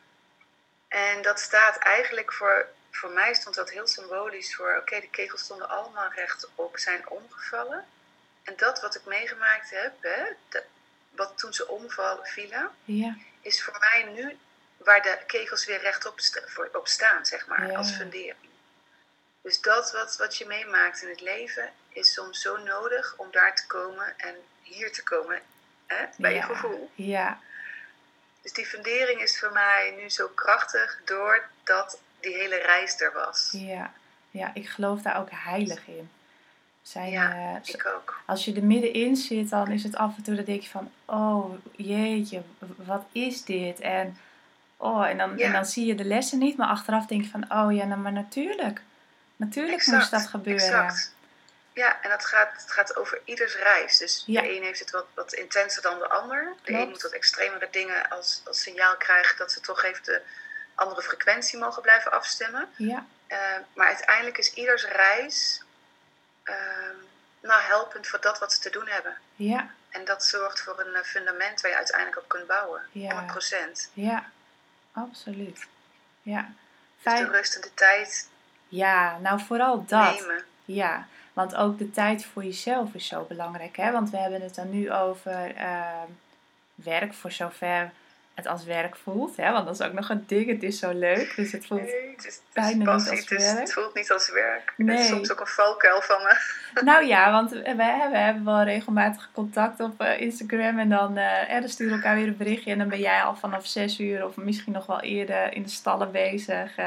[SPEAKER 2] En dat staat eigenlijk voor mij stond dat heel symbolisch voor, oké, de kegels stonden allemaal rechtop, zijn omgevallen. En dat wat ik meegemaakt heb, wat toen ze vielen, is voor mij nu waar de kegels weer rechtop op staan, zeg maar, als fundering. Dus dat wat je meemaakt in het leven is soms zo nodig om daar te komen en hier te komen, bij je gevoel.
[SPEAKER 1] Ja.
[SPEAKER 2] Dus die fundering is voor mij nu zo krachtig doordat die hele reis er was.
[SPEAKER 1] Ja. Ja, ik geloof daar ook heilig in.
[SPEAKER 2] Ik ook.
[SPEAKER 1] Als je er middenin zit, dan is het af en toe dat denk je van, oh jeetje, wat is dit? En dan zie je de lessen niet, maar achteraf denk je van, oh ja, nou, maar natuurlijk moest dat gebeuren.
[SPEAKER 2] Exact. Ja, en het gaat over ieders reis. Dus de een heeft het wat intenser dan de ander.
[SPEAKER 1] Klopt.
[SPEAKER 2] De een moet wat extremere dingen als signaal krijgen dat ze toch even de andere frequentie mogen blijven afstemmen.
[SPEAKER 1] Ja.
[SPEAKER 2] Maar uiteindelijk is ieders reis helpend voor dat wat ze te doen hebben.
[SPEAKER 1] Ja.
[SPEAKER 2] En dat zorgt voor een fundament waar je uiteindelijk op kunt bouwen.
[SPEAKER 1] Ja.
[SPEAKER 2] 100%.
[SPEAKER 1] Ja, absoluut. Ja.
[SPEAKER 2] Dus de rust en de tijd.
[SPEAKER 1] Ja, nou vooral dat.
[SPEAKER 2] Nemen.
[SPEAKER 1] Ja, want ook de tijd voor jezelf is zo belangrijk. Hè? Want we hebben het dan nu over werk, voor zover het als werk voelt. Hè? Want dat is ook nog een ding, het is zo leuk. Dus het voelt bijna niet als werk.
[SPEAKER 2] Het voelt niet als werk.
[SPEAKER 1] Nee.
[SPEAKER 2] Het is soms ook een valkuil van me.
[SPEAKER 1] Nou ja, want we hebben wel regelmatig contact op Instagram. En dan sturen we elkaar weer een berichtje. En dan ben jij al vanaf 6 uur of misschien nog wel eerder in de stallen bezig.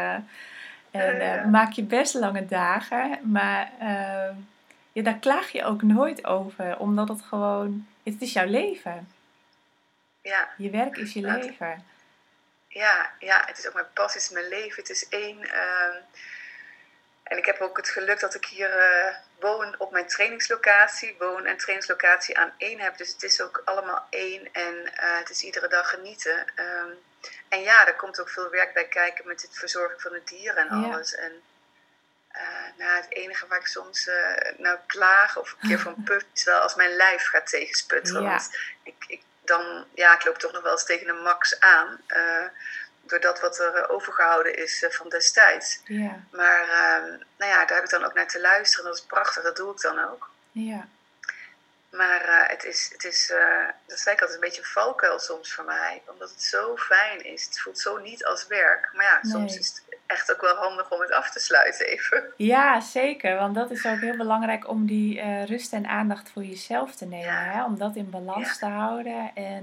[SPEAKER 1] Maak je best lange dagen. Maar daar klaag je ook nooit over. Omdat het gewoon... Het is jouw leven.
[SPEAKER 2] Ja.
[SPEAKER 1] Je werk is je leven.
[SPEAKER 2] Ja, het is ook mijn passie, het is mijn leven. Het is één... En ik heb ook het geluk dat ik hier woon op mijn trainingslocatie. En trainingslocatie aan één heb. Dus het is ook allemaal één. En het is iedere dag genieten. En ja, er komt ook veel werk bij kijken met het verzorgen van de dieren en alles. En het enige waar ik soms klaag of een keer van puf is wel als mijn lijf gaat tegensputteren.
[SPEAKER 1] Ja.
[SPEAKER 2] Want ik loop toch nog wel eens tegen de max aan. Door dat wat er overgehouden is van destijds.
[SPEAKER 1] Ja.
[SPEAKER 2] Maar daar heb ik dan ook naar te luisteren. Dat is prachtig, dat doe ik dan ook.
[SPEAKER 1] Ja.
[SPEAKER 2] Maar het is dat zei ik altijd, een beetje een valkuil soms voor mij. Omdat het zo fijn is. Het voelt zo niet als werk. Maar ja, soms is het echt ook wel handig om het af te sluiten even.
[SPEAKER 1] Ja, zeker. Want dat is ook heel belangrijk om die rust en aandacht voor jezelf te nemen.
[SPEAKER 2] Ja.
[SPEAKER 1] Hè? Om dat in balans te houden. En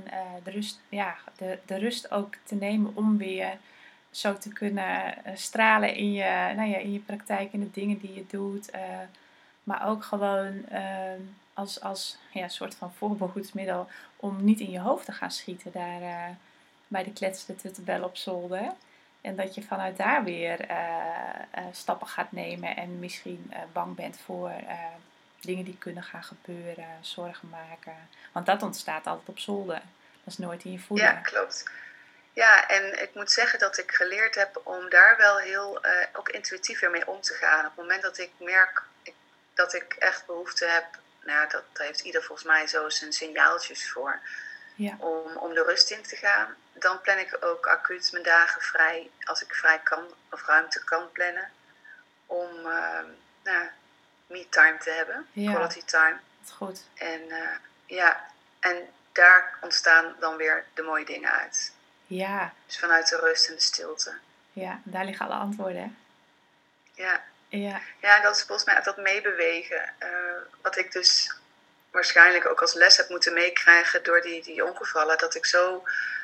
[SPEAKER 1] de rust ook te nemen om weer zo te kunnen stralen in je praktijk, in de dingen die je doet. Maar ook gewoon als soort van voorbehoedsmiddel om niet in je hoofd te gaan schieten daar bij de kletsende tuttenbel op zolder. En dat je vanuit daar weer stappen gaat nemen en misschien bang bent voor dingen die kunnen gaan gebeuren, zorgen maken. Want dat ontstaat altijd op zolder. Dat is nooit in je voeden.
[SPEAKER 2] Ja, klopt. Ja, en ik moet zeggen dat ik geleerd heb om daar wel heel ook intuïtief weer mee om te gaan. Op het moment dat ik merk dat ik echt behoefte heb, dat heeft ieder volgens mij zo zijn signaaltjes voor, om de rust in te gaan. Dan plan ik ook acuut mijn dagen vrij, als ik vrij kan of ruimte kan plannen, om me-time te hebben, quality time.
[SPEAKER 1] Dat is goed.
[SPEAKER 2] En daar ontstaan dan weer de mooie dingen uit.
[SPEAKER 1] Ja.
[SPEAKER 2] Dus vanuit de rust en de stilte.
[SPEAKER 1] Ja, daar liggen alle antwoorden, hè?
[SPEAKER 2] Ja.
[SPEAKER 1] Ja.
[SPEAKER 2] Ja, en dat is volgens mij dat meebewegen. Wat ik dus waarschijnlijk ook als les heb moeten meekrijgen door die ongevallen. Dat ik zo...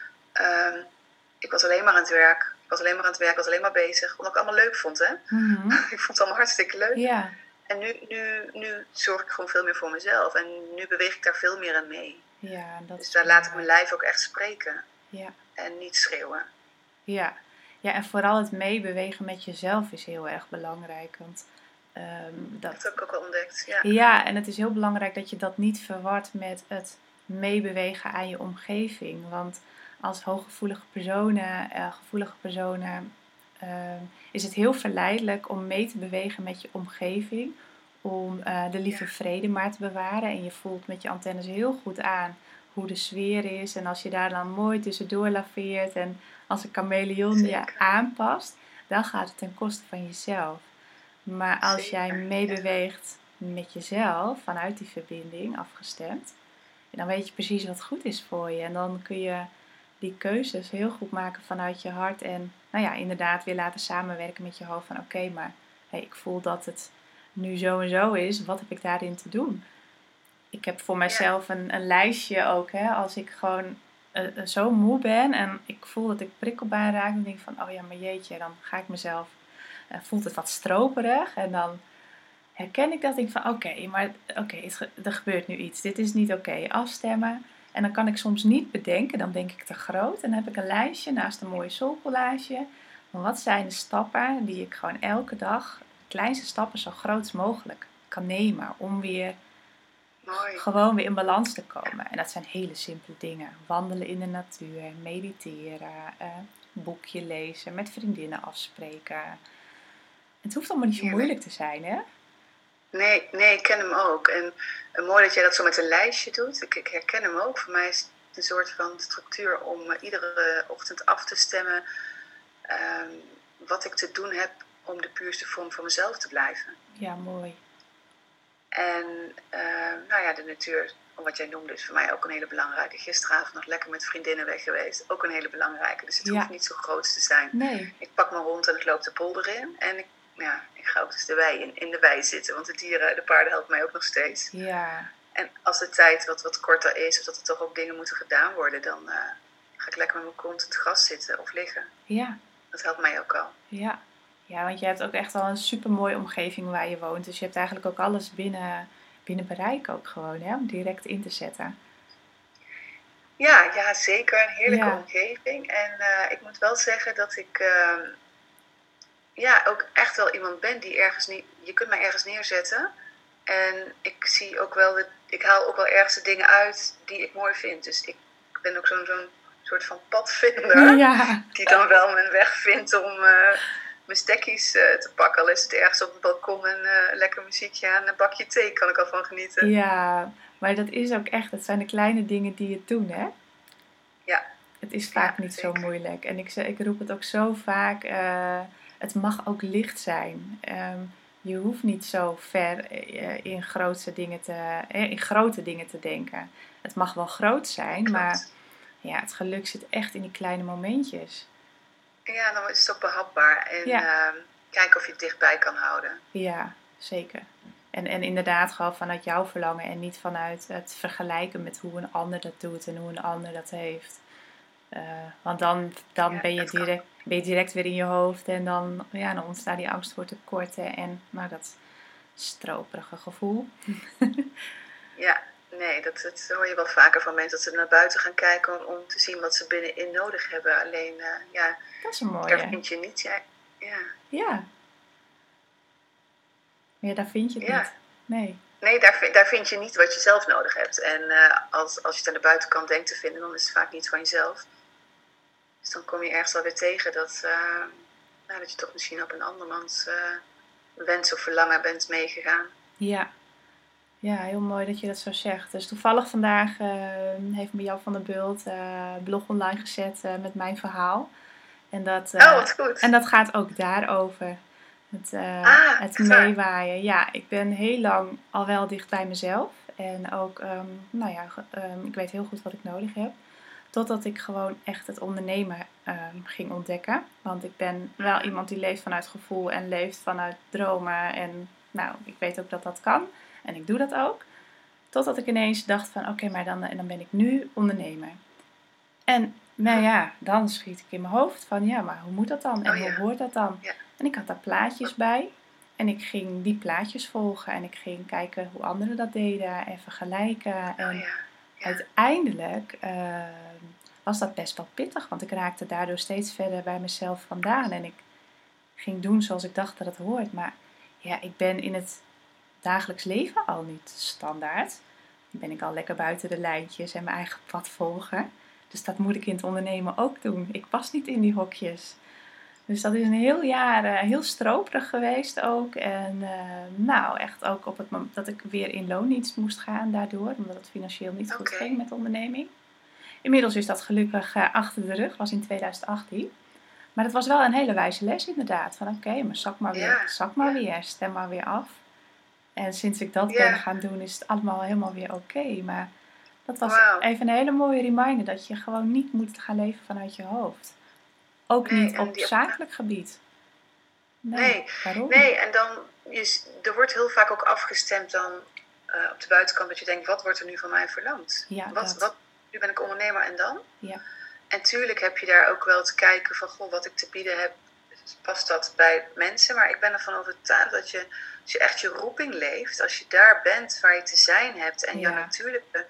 [SPEAKER 2] ik was alleen maar aan het werk. Ik was alleen maar bezig. Omdat ik het allemaal leuk vond, hè.
[SPEAKER 1] Mm-hmm.
[SPEAKER 2] Ik vond het allemaal hartstikke leuk.
[SPEAKER 1] Ja.
[SPEAKER 2] En nu zorg ik gewoon veel meer voor mezelf. En nu beweeg ik daar veel meer aan mee.
[SPEAKER 1] Ja,
[SPEAKER 2] dus daar laat ik mijn lijf ook echt spreken.
[SPEAKER 1] Ja.
[SPEAKER 2] En niet schreeuwen.
[SPEAKER 1] Ja. Ja, en vooral het meebewegen met jezelf is heel erg belangrijk. Want
[SPEAKER 2] dat heb ik ook wel ontdekt, ja.
[SPEAKER 1] Ja, en het is heel belangrijk dat je dat niet verwart met het meebewegen aan je omgeving. Want als hooggevoelige gevoelige personen, is het heel verleidelijk om mee te bewegen met je omgeving. Om de lieve vrede maar te bewaren. En je voelt met je antennes heel goed aan hoe de sfeer is. En als je daar dan mooi tussendoor laveert en als een chameleon je aanpast, dan gaat het ten koste van jezelf. Maar als jij meebeweegt met jezelf, vanuit die verbinding, afgestemd, dan weet je precies wat goed is voor je. En dan kun je die keuzes heel goed maken vanuit je hart. En inderdaad weer laten samenwerken met je hoofd van oké, maar ik voel dat het nu zo en zo is. Wat heb ik daarin te doen? Ik heb voor mijzelf een lijstje ook. Hè, als ik gewoon zo moe ben en ik voel dat ik prikkelbaar raak, dan denk ik van oh ja, maar jeetje, dan ga ik mezelf voelt het wat stroperig. En dan herken ik dat. Ik van er gebeurt nu iets. Dit is niet oké. Afstemmen. En dan kan ik soms niet bedenken. Dan denk ik te groot. En dan heb ik een lijstje naast een mooie solcollage. Maar wat zijn de stappen die ik gewoon elke dag, de kleinste stappen zo groot mogelijk kan nemen. Om weer gewoon weer in balans te komen. En dat zijn hele simpele dingen. Wandelen in de natuur. Mediteren. Boekje lezen. Met vriendinnen afspreken. Het hoeft allemaal niet zo moeilijk te zijn, hè?
[SPEAKER 2] Nee, ik ken hem ook. En mooi dat jij dat zo met een lijstje doet. Ik herken hem ook. Voor mij is het een soort van structuur om iedere ochtend af te stemmen wat ik te doen heb om de puurste vorm van mezelf te blijven.
[SPEAKER 1] Ja, mooi.
[SPEAKER 2] En de natuur, wat jij noemde, is voor mij ook een hele belangrijke. Gisteravond nog lekker met vriendinnen weg geweest. Ook een hele belangrijke. Dus het hoeft niet zo groot te zijn.
[SPEAKER 1] Nee.
[SPEAKER 2] Ik pak mijn hond en ik loop de polder in. En ik ga ook dus in de wei zitten. Want de paarden helpen mij ook nog steeds.
[SPEAKER 1] Ja.
[SPEAKER 2] En als de tijd wat korter is, of dat er toch ook dingen moeten gedaan worden, dan ga ik lekker met mijn kont in het gras zitten of liggen.
[SPEAKER 1] Ja.
[SPEAKER 2] Dat helpt mij ook al.
[SPEAKER 1] Ja. Ja, want je hebt ook echt al een super mooie omgeving waar je woont. Dus je hebt eigenlijk ook alles binnen bereik ook gewoon, hè, om direct in te zetten.
[SPEAKER 2] Ja, zeker. Een heerlijke omgeving. En ik moet wel zeggen dat ik ook echt wel iemand ben die je kunt mij ergens neerzetten. En ik zie ook wel, ik haal ook wel ergens de dingen uit die ik mooi vind. Dus ik ben ook zo'n soort van padvinder.
[SPEAKER 1] Ja.
[SPEAKER 2] Die dan wel mijn weg vindt om mijn stekkies te pakken. Al is het ergens op het balkon en lekker muziekje aan een bakje thee kan ik al van genieten.
[SPEAKER 1] Ja, maar dat is ook echt, dat zijn de kleine dingen die het doen, hè?
[SPEAKER 2] Ja.
[SPEAKER 1] Het is vaak niet zo moeilijk. En ik roep het ook zo vaak, het mag ook licht zijn. Je hoeft niet zo ver in grote dingen te denken. Het mag wel groot zijn,
[SPEAKER 2] Klopt.
[SPEAKER 1] Maar ja, het geluk zit echt in die kleine momentjes.
[SPEAKER 2] Ja, dan is het ook behapbaar. En kijken of je het dichtbij kan houden.
[SPEAKER 1] Ja, zeker. En inderdaad gewoon vanuit jouw verlangen en niet vanuit het vergelijken met hoe een ander dat doet en hoe een ander dat heeft. Want dan ben je direct weer in je hoofd en dan ontstaat die angst voor tekorten en dat stroperige gevoel.
[SPEAKER 2] Ja, nee, dat hoor je wel vaker van mensen, dat ze naar buiten gaan kijken om te zien wat ze binnenin nodig hebben. Alleen,
[SPEAKER 1] dat is een mooie.
[SPEAKER 2] Daar vind je niet,
[SPEAKER 1] Ja, daar vind je het niet. Nee.
[SPEAKER 2] Nee, daar vind je niet wat je zelf nodig hebt. En als je het aan de buitenkant denkt te vinden, dan is het vaak niet van jezelf. Dus dan kom je ergens wel weer tegen dat je toch misschien op een andermans wens of verlangen bent meegegaan.
[SPEAKER 1] Ja, heel mooi dat je dat zo zegt. Dus toevallig vandaag heeft Mijan van der Bult blog online gezet met mijn verhaal. En
[SPEAKER 2] wat goed.
[SPEAKER 1] En dat gaat ook daarover. Het meewaaien. Ja, ik ben heel lang al wel dicht bij mezelf. En ook, ik weet heel goed wat ik nodig heb. Totdat ik gewoon echt het ondernemen ging ontdekken. Want ik ben wel iemand die leeft vanuit gevoel en leeft vanuit dromen. En ik weet ook dat dat kan. En ik doe dat ook. Totdat ik ineens dacht van oké, maar dan ben ik nu ondernemer. En dan schiet ik in mijn hoofd van maar hoe moet dat dan? En hoe hoort dat dan?
[SPEAKER 2] Ja.
[SPEAKER 1] En ik had daar plaatjes bij. En ik ging die plaatjes volgen. En ik ging kijken hoe anderen dat deden. En vergelijken. En uiteindelijk was dat best wel pittig. Want ik raakte daardoor steeds verder bij mezelf vandaan. En ik ging doen zoals ik dacht dat het hoort. Maar ik ben in het dagelijks leven al niet standaard. Dan ben ik al lekker buiten de lijntjes en mijn eigen pad volgen. Dus dat moet ik in het ondernemen ook doen. Ik pas niet in die hokjes. Dus dat is een heel jaar heel stroperig geweest ook. En echt ook op het moment dat ik weer in loondienst moest gaan daardoor. Omdat het financieel niet goed ging met de onderneming. Inmiddels is dat gelukkig achter de rug. Was in 2018. Maar het was wel een hele wijze les inderdaad. Van oké, maar zak maar weer. Stem maar weer af. En sinds ik dat ben gaan doen is het allemaal helemaal weer oké. Maar dat was even een hele mooie reminder. Dat je gewoon niet moet gaan leven vanuit je hoofd. Ook niet op zakelijk gebied. Nee. Waarom?
[SPEAKER 2] Nee, en dan er wordt heel vaak ook afgestemd dan op de buitenkant. Dat je denkt, wat wordt er nu van mij verlangd?
[SPEAKER 1] Ja,
[SPEAKER 2] nu ben ik ondernemer en dan?
[SPEAKER 1] Ja.
[SPEAKER 2] En tuurlijk heb je daar ook wel te kijken van, wat ik te bieden heb, past dat bij mensen. Maar ik ben ervan overtuigd dat je, als je echt je roeping leeft, als je daar bent waar je te zijn hebt en jouw natuurlijke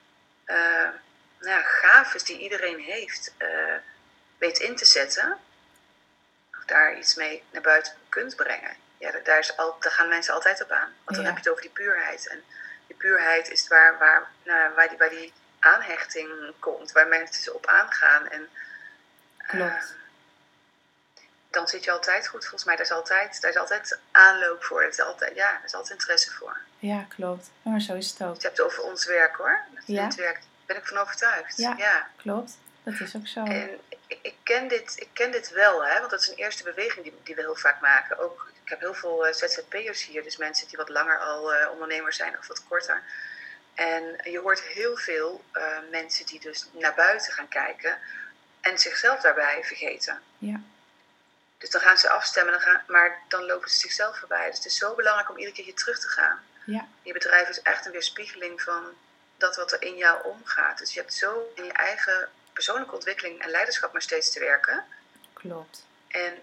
[SPEAKER 2] gaves die iedereen heeft, weet in te zetten, of daar iets mee naar buiten kunt brengen. Ja, daar gaan mensen altijd op aan. Want dan heb je het over die puurheid. En die puurheid is waar die aanhechting komt, waar mensen op aangaan. En
[SPEAKER 1] Klopt.
[SPEAKER 2] Dan zit je altijd goed. Volgens mij, daar is altijd aanloop voor. Er is altijd interesse voor.
[SPEAKER 1] Ja, klopt. Maar zo is het ook.
[SPEAKER 2] Je hebt het over ons werk, hoor. Dit werk, daar ben ik van overtuigd.
[SPEAKER 1] Ja, klopt. Dat is ook zo.
[SPEAKER 2] En ik ken dit wel, hè, want dat is een eerste beweging die we heel vaak maken. Ook, ik heb heel veel ZZP'ers hier, dus mensen die wat langer al ondernemer zijn of wat korter. En je hoort heel veel mensen die dus naar buiten gaan kijken en zichzelf daarbij vergeten.
[SPEAKER 1] Ja.
[SPEAKER 2] Dus dan gaan ze afstemmen, maar dan lopen ze zichzelf voorbij. Dus het is zo belangrijk om iedere keer terug te gaan.
[SPEAKER 1] Ja.
[SPEAKER 2] Je bedrijf is echt een weerspiegeling van dat wat er in jou omgaat. Dus je hebt zo in je eigen persoonlijke ontwikkeling en leiderschap maar steeds te werken.
[SPEAKER 1] Klopt.
[SPEAKER 2] En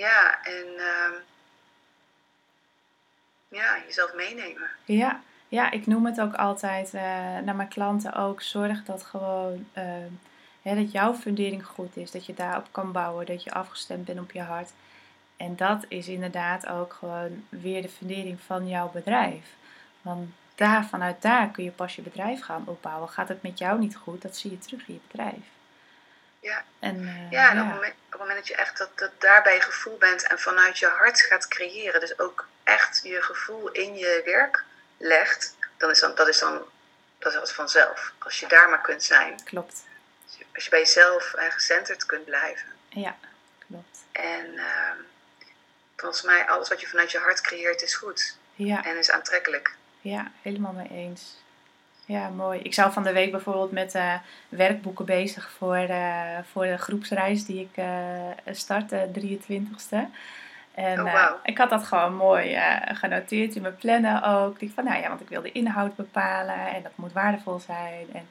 [SPEAKER 2] jezelf meenemen.
[SPEAKER 1] Ja, ik noem het ook altijd naar mijn klanten ook. Zorg dat gewoon dat jouw fundering goed is. Dat je daarop kan bouwen. Dat je afgestemd bent op je hart. En dat is inderdaad ook gewoon weer de fundering van jouw bedrijf. Want vanuit daar kun je pas je bedrijf gaan opbouwen. Gaat het met jou niet goed, dat zie je terug in je bedrijf.
[SPEAKER 2] Ja,
[SPEAKER 1] en
[SPEAKER 2] op het moment dat je echt dat daarbij je gevoel bent en vanuit je hart gaat creëren, dus ook echt je gevoel in je werk legt, dat is wat vanzelf. Als je daar maar kunt zijn.
[SPEAKER 1] Klopt.
[SPEAKER 2] Als je bij jezelf gecenterd kunt blijven.
[SPEAKER 1] Ja, klopt.
[SPEAKER 2] En volgens mij, alles wat je vanuit je hart creëert is goed.
[SPEAKER 1] Ja.
[SPEAKER 2] En is aantrekkelijk.
[SPEAKER 1] Ja, helemaal mee eens. Ja, mooi. Ik zou van de week bijvoorbeeld met werkboeken bezig voor de groepsreis die ik start, de 23e. En
[SPEAKER 2] wow.
[SPEAKER 1] Ik had dat gewoon mooi genoteerd in mijn plannen ook. Ik van, want ik wil de inhoud bepalen en dat moet waardevol zijn. En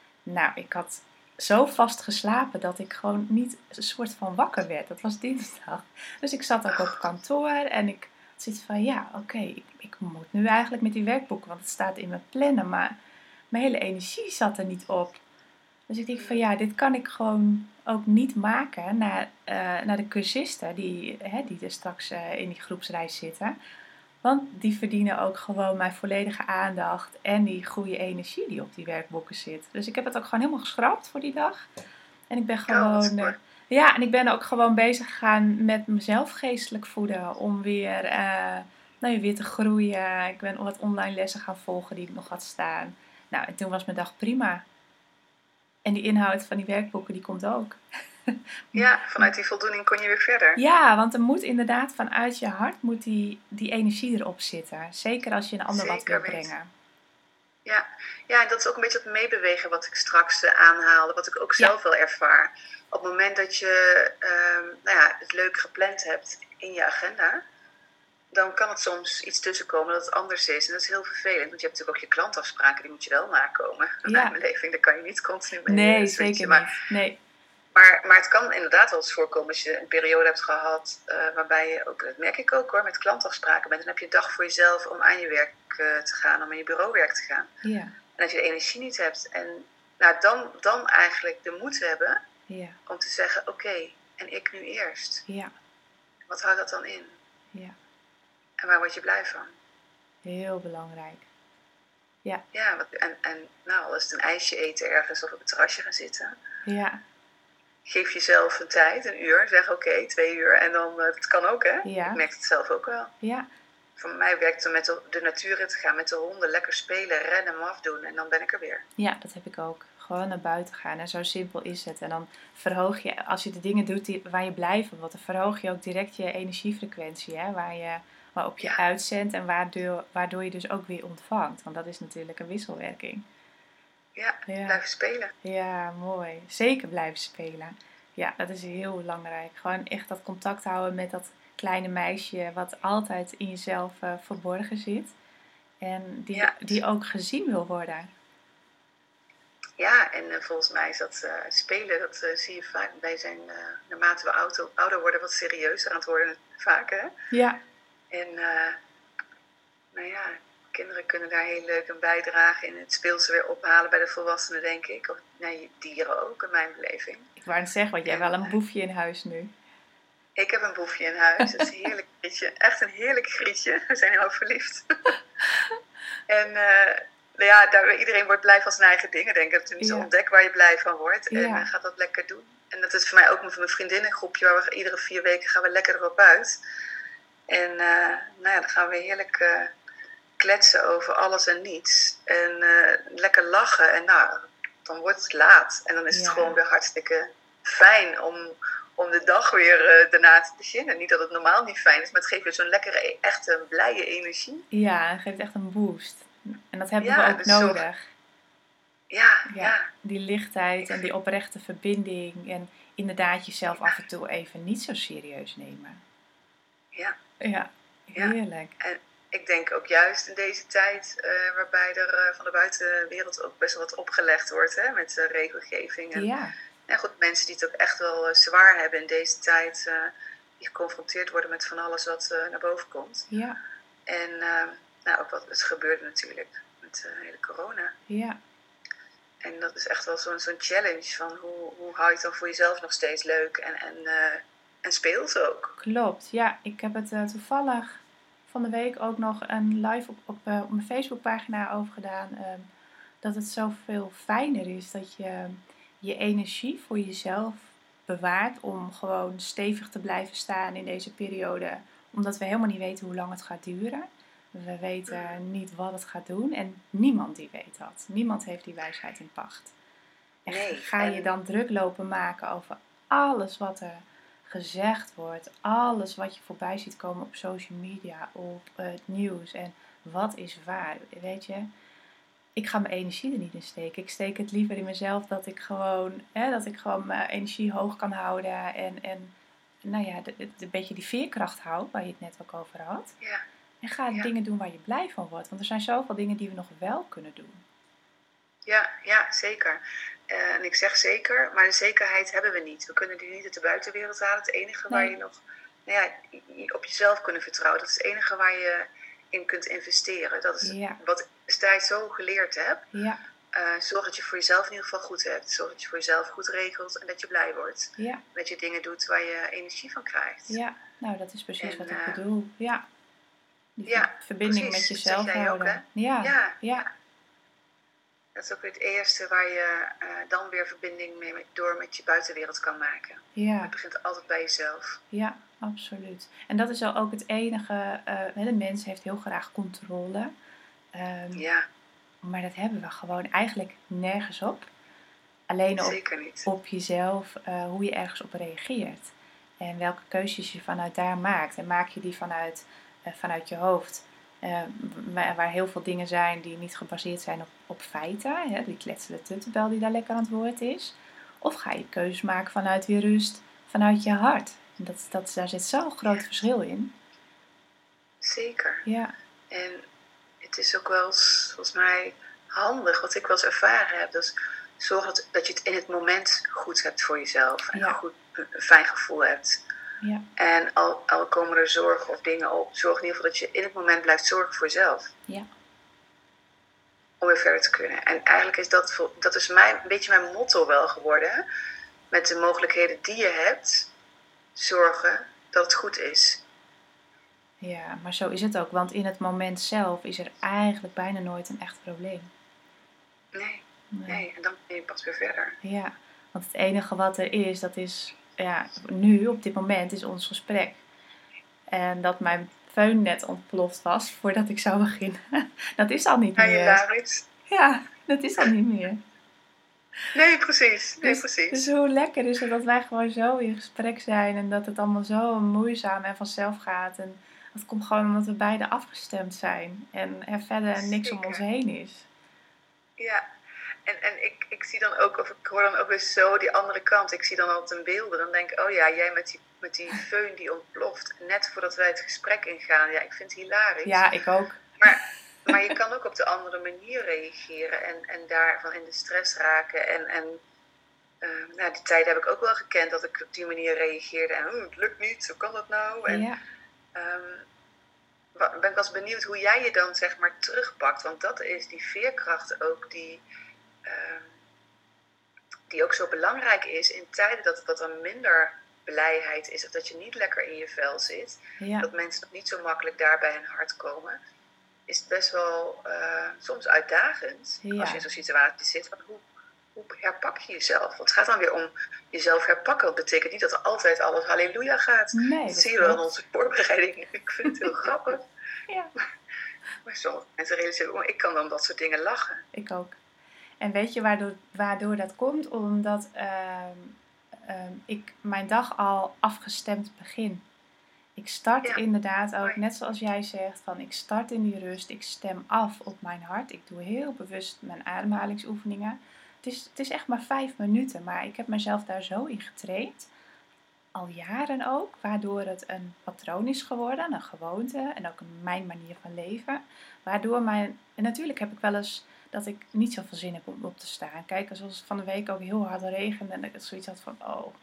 [SPEAKER 1] ik had zo vast geslapen dat ik gewoon niet een soort van wakker werd. Dat was dinsdag. Dus ik zat ook op kantoor en ik zit van, ik moet nu eigenlijk met die werkboeken, want het staat in mijn plannen, maar mijn hele energie zat er niet op. Dus ik denk van, dit kan ik gewoon ook niet maken naar de cursisten die er straks in die groepsreis zitten. Want die verdienen ook gewoon mijn volledige aandacht en die goede energie die op die werkboeken zit. Dus ik heb het ook gewoon helemaal geschrapt voor die dag. En ik ben gewoon... en ik ben ook gewoon bezig gegaan met mezelf geestelijk voeden. Om weer te groeien. Ik ben wat online lessen gaan volgen die ik nog had staan. En toen was mijn dag prima. En die inhoud van die werkboeken, die komt ook.
[SPEAKER 2] Ja, vanuit die voldoening kon je weer verder.
[SPEAKER 1] Ja, want er moet inderdaad vanuit je hart die energie erop zitten. Zeker als je een ander wat wil brengen.
[SPEAKER 2] Ja, en dat is ook een beetje het meebewegen wat ik straks aanhaalde. Wat ik ook zelf wel ervaar. Op het moment dat je het leuk gepland hebt in je agenda, dan kan het soms iets tussenkomen dat het anders is. En dat is heel vervelend, want je hebt natuurlijk ook je klantafspraken, die moet je wel nakomen.
[SPEAKER 1] Ja.
[SPEAKER 2] In mijn beleving, daar kan je niet continu mee.
[SPEAKER 1] Nee, zeker niet. Nee.
[SPEAKER 2] Maar het kan inderdaad wel eens voorkomen als je een periode hebt gehad waarbij je ook, dat merk ik ook hoor, met klantafspraken bent. Dan heb je een dag voor jezelf om aan je werk te gaan, om aan je bureauwerk te gaan.
[SPEAKER 1] Ja.
[SPEAKER 2] En als je de energie niet hebt en dan eigenlijk de moed hebben om te zeggen, oké, en ik nu eerst.
[SPEAKER 1] Ja.
[SPEAKER 2] Wat houdt dat dan in?
[SPEAKER 1] Ja.
[SPEAKER 2] En waar word je blij van?
[SPEAKER 1] Heel belangrijk. Ja.
[SPEAKER 2] Ja, al is het een ijsje eten ergens of op het terrasje gaan zitten.
[SPEAKER 1] Ja.
[SPEAKER 2] Geef jezelf een tijd, een uur. Zeg oké, 2 uur. En dan, het kan ook hè.
[SPEAKER 1] Ja.
[SPEAKER 2] Ik merk het zelf ook wel.
[SPEAKER 1] Ja.
[SPEAKER 2] Voor mij werkt het met de natuur in te gaan, met de honden, lekker spelen, rennen, maf doen. En dan ben ik er weer.
[SPEAKER 1] Ja, dat heb ik ook. Gewoon naar buiten gaan. En zo simpel is het. En dan verhoog je, als je de dingen doet waar je blij van wordt, dan verhoog je ook direct je energiefrequentie. Hè, waarop je uitzendt en waardoor je dus ook weer ontvangt. Want dat is natuurlijk een wisselwerking.
[SPEAKER 2] Ja, blijven spelen.
[SPEAKER 1] Ja, mooi. Zeker blijven spelen. Ja, dat is heel belangrijk. Gewoon echt dat contact houden met dat kleine meisje wat altijd in jezelf verborgen zit. En die ook gezien wil worden.
[SPEAKER 2] Ja, en volgens mij is dat spelen, dat zie je vaak. Wij zijn, naarmate we ouder worden, wat serieuzer aan het worden vaak, hè?
[SPEAKER 1] Ja.
[SPEAKER 2] En nou ja, kinderen kunnen daar heel leuk een bijdrage in het speelse weer ophalen bij de volwassenen, denk ik. Of nee, dieren ook, in mijn beleving.
[SPEAKER 1] Ik wou net zeggen, want jij hebt wel een boefje in huis nu.
[SPEAKER 2] Ik heb een boefje in huis. Het is een heerlijk grietje. Echt een heerlijk grietje. We zijn heel verliefd. En iedereen wordt blij van zijn eigen dingen, denk ik. Tenminste, ontdek waar je blij van wordt. En gaat dat lekker doen. En dat is voor mij ook met mijn vriendinnengroepje. Waar we iedere 4 weken gaan we lekker erop uit. En dan gaan we heerlijk kletsen over alles en niets. En lekker lachen. En dan wordt het laat. En dan is het gewoon weer hartstikke fijn om de dag weer daarna te beginnen. Niet dat het normaal niet fijn is, maar het geeft weer zo'n lekkere, echte, blije energie.
[SPEAKER 1] Ja, het geeft echt een boost. En dat hebben we ook dus nodig.
[SPEAKER 2] Ja.
[SPEAKER 1] Die lichtheid en die oprechte verbinding. En inderdaad jezelf af en toe even niet zo serieus nemen. Ja, heerlijk.
[SPEAKER 2] En ik denk ook juist in deze tijd, waarbij er van de buitenwereld ook best wel wat opgelegd wordt, hè, met regelgeving. En goed, mensen die het ook echt wel zwaar hebben in deze tijd, die geconfronteerd worden met van alles wat naar boven komt.
[SPEAKER 1] Ja.
[SPEAKER 2] En ook wat het gebeurde natuurlijk met de hele corona.
[SPEAKER 1] Ja.
[SPEAKER 2] En dat is echt wel zo'n challenge van hoe hou je het dan voor jezelf nog steeds leuk en speels ook.
[SPEAKER 1] Klopt, ja. Ik heb het toevallig van de week ook nog een live op mijn Facebookpagina over gedaan. Dat het zoveel fijner is dat je je energie voor jezelf bewaart om gewoon stevig te blijven staan in deze periode. Omdat we helemaal niet weten hoe lang het gaat duren. We weten niet wat het gaat doen en niemand die weet dat. Niemand heeft die wijsheid in pacht. En ga je dan druk lopen maken over alles wat er gezegd wordt, alles wat je voorbij ziet komen op social media, op het nieuws en wat is waar, weet je. Ik ga mijn energie er niet in steken. Ik steek het liever in mezelf dat ik gewoon mijn energie hoog kan houden en een beetje die veerkracht houd, waar je het net ook over had.
[SPEAKER 2] Ja.
[SPEAKER 1] En ga dingen doen waar je blij van wordt. Want er zijn zoveel dingen die we nog wel kunnen doen.
[SPEAKER 2] Ja, zeker. En ik zeg zeker, maar de zekerheid hebben we niet. We kunnen die niet uit de buitenwereld halen. Het enige waar je nog op jezelf kunnen vertrouwen. Dat is het enige waar je in kunt investeren. Dat is wat ik destijds zo geleerd heb.
[SPEAKER 1] Ja.
[SPEAKER 2] Zorg dat je voor jezelf in ieder geval goed hebt. Zorg dat je voor jezelf goed regelt en dat je blij wordt.
[SPEAKER 1] Ja.
[SPEAKER 2] Dat je dingen doet waar je energie van krijgt.
[SPEAKER 1] Ja, nou dat is precies wat ik bedoel. Ja. Die verbinding
[SPEAKER 2] precies.
[SPEAKER 1] met jezelf houden.
[SPEAKER 2] Ook,
[SPEAKER 1] ja.
[SPEAKER 2] Dat is ook weer het eerste waar je dan weer verbinding door met je buitenwereld kan maken.
[SPEAKER 1] Ja.
[SPEAKER 2] Het begint altijd bij jezelf.
[SPEAKER 1] Ja, absoluut. En dat is ook het enige. De mens heeft heel graag controle. Maar dat hebben we gewoon eigenlijk nergens op. Alleen op jezelf, hoe je ergens op reageert. En welke keuzes je vanuit daar maakt. En maak je die vanuit je hoofd. Waar heel veel dingen zijn die niet gebaseerd zijn op feiten. Hè? Die kletsende tuttenbel die daar lekker aan het woord is. Of ga je keuzes maken vanuit je rust, vanuit je hart. En daar zit zo'n groot verschil in.
[SPEAKER 2] Zeker.
[SPEAKER 1] Ja.
[SPEAKER 2] En het is ook wel eens, volgens mij, handig. Wat ik wel eens ervaren heb. Dus zorg dat je het in het moment goed hebt voor jezelf. En een fijn gevoel hebt.
[SPEAKER 1] Ja. En
[SPEAKER 2] al komen er zorgen of dingen op, zorg in ieder geval dat je in het moment blijft zorgen voor jezelf.
[SPEAKER 1] Ja.
[SPEAKER 2] Om weer verder te kunnen. En eigenlijk is dat is een beetje mijn motto wel geworden. Met de mogelijkheden die je hebt, zorgen dat het goed is.
[SPEAKER 1] Ja, maar zo is het ook. Want in het moment zelf is er eigenlijk bijna nooit een echt probleem.
[SPEAKER 2] Nee. En dan ben je pas weer verder.
[SPEAKER 1] Ja, want het enige wat er is, dat is... Ja, nu, op dit moment, is ons gesprek. En dat mijn föhn net ontploft was voordat ik zou beginnen. Dat is al niet meer.
[SPEAKER 2] Hilarisch.
[SPEAKER 1] Ja, dat is al niet meer.
[SPEAKER 2] Nee, precies.
[SPEAKER 1] Dus hoe lekker is het dat wij gewoon zo in gesprek zijn. En dat het allemaal zo moeizaam en vanzelf gaat. En dat komt gewoon omdat we beide afgestemd zijn. En er verder niks om ons heen is.
[SPEAKER 2] Ja. En ik zie dan ook, of ik hoor dan ook weer zo die andere kant. Ik zie dan altijd in beelden. Dan denk ik, oh ja, jij met die föhn die ontploft. Net voordat wij het gesprek ingaan. Ja, ik vind het hilarisch.
[SPEAKER 1] Ja, ik ook.
[SPEAKER 2] Maar Maar je kan ook op de andere manier reageren en daarvan in de stress raken. Die tijd heb ik ook wel gekend dat ik op die manier reageerde. En het lukt niet, hoe kan dat nou? En
[SPEAKER 1] Ja.
[SPEAKER 2] ben ik wel eens benieuwd hoe jij je dan zeg maar terugpakt. Want dat is die veerkracht ook die ook zo belangrijk is in tijden dat er minder blijheid is. Of dat je niet lekker in je vel zit.
[SPEAKER 1] Ja.
[SPEAKER 2] Dat mensen niet zo makkelijk daar bij hun hart komen. Is het best wel soms uitdagend als je in zo'n situatie zit. Want hoe herpak je jezelf? Want het gaat dan weer om jezelf herpakken. Dat betekent niet dat er altijd alles halleluja gaat.
[SPEAKER 1] Nee,
[SPEAKER 2] dat zie je wel in onze voorbereidingen. Ik vind het heel grappig.
[SPEAKER 1] Ja.
[SPEAKER 2] Maar sommige mensen realiseren, ik kan dan dat soort dingen lachen.
[SPEAKER 1] Ik ook. En weet je waardoor dat komt? Omdat ik mijn dag al afgestemd begin. Ik start inderdaad ook, net zoals jij zegt, van ik start in die rust. Ik stem af op mijn hart. Ik doe heel bewust mijn ademhalingsoefeningen. Het is echt maar 5 minuten, maar ik heb mezelf daar zo in getraind. Al jaren ook, waardoor het een patroon is geworden, een gewoonte en ook mijn manier van leven. En natuurlijk heb ik wel eens dat ik niet zoveel zin heb om op te staan. Kijk, zoals van de week ook heel hard regende en dat ik zoiets had van,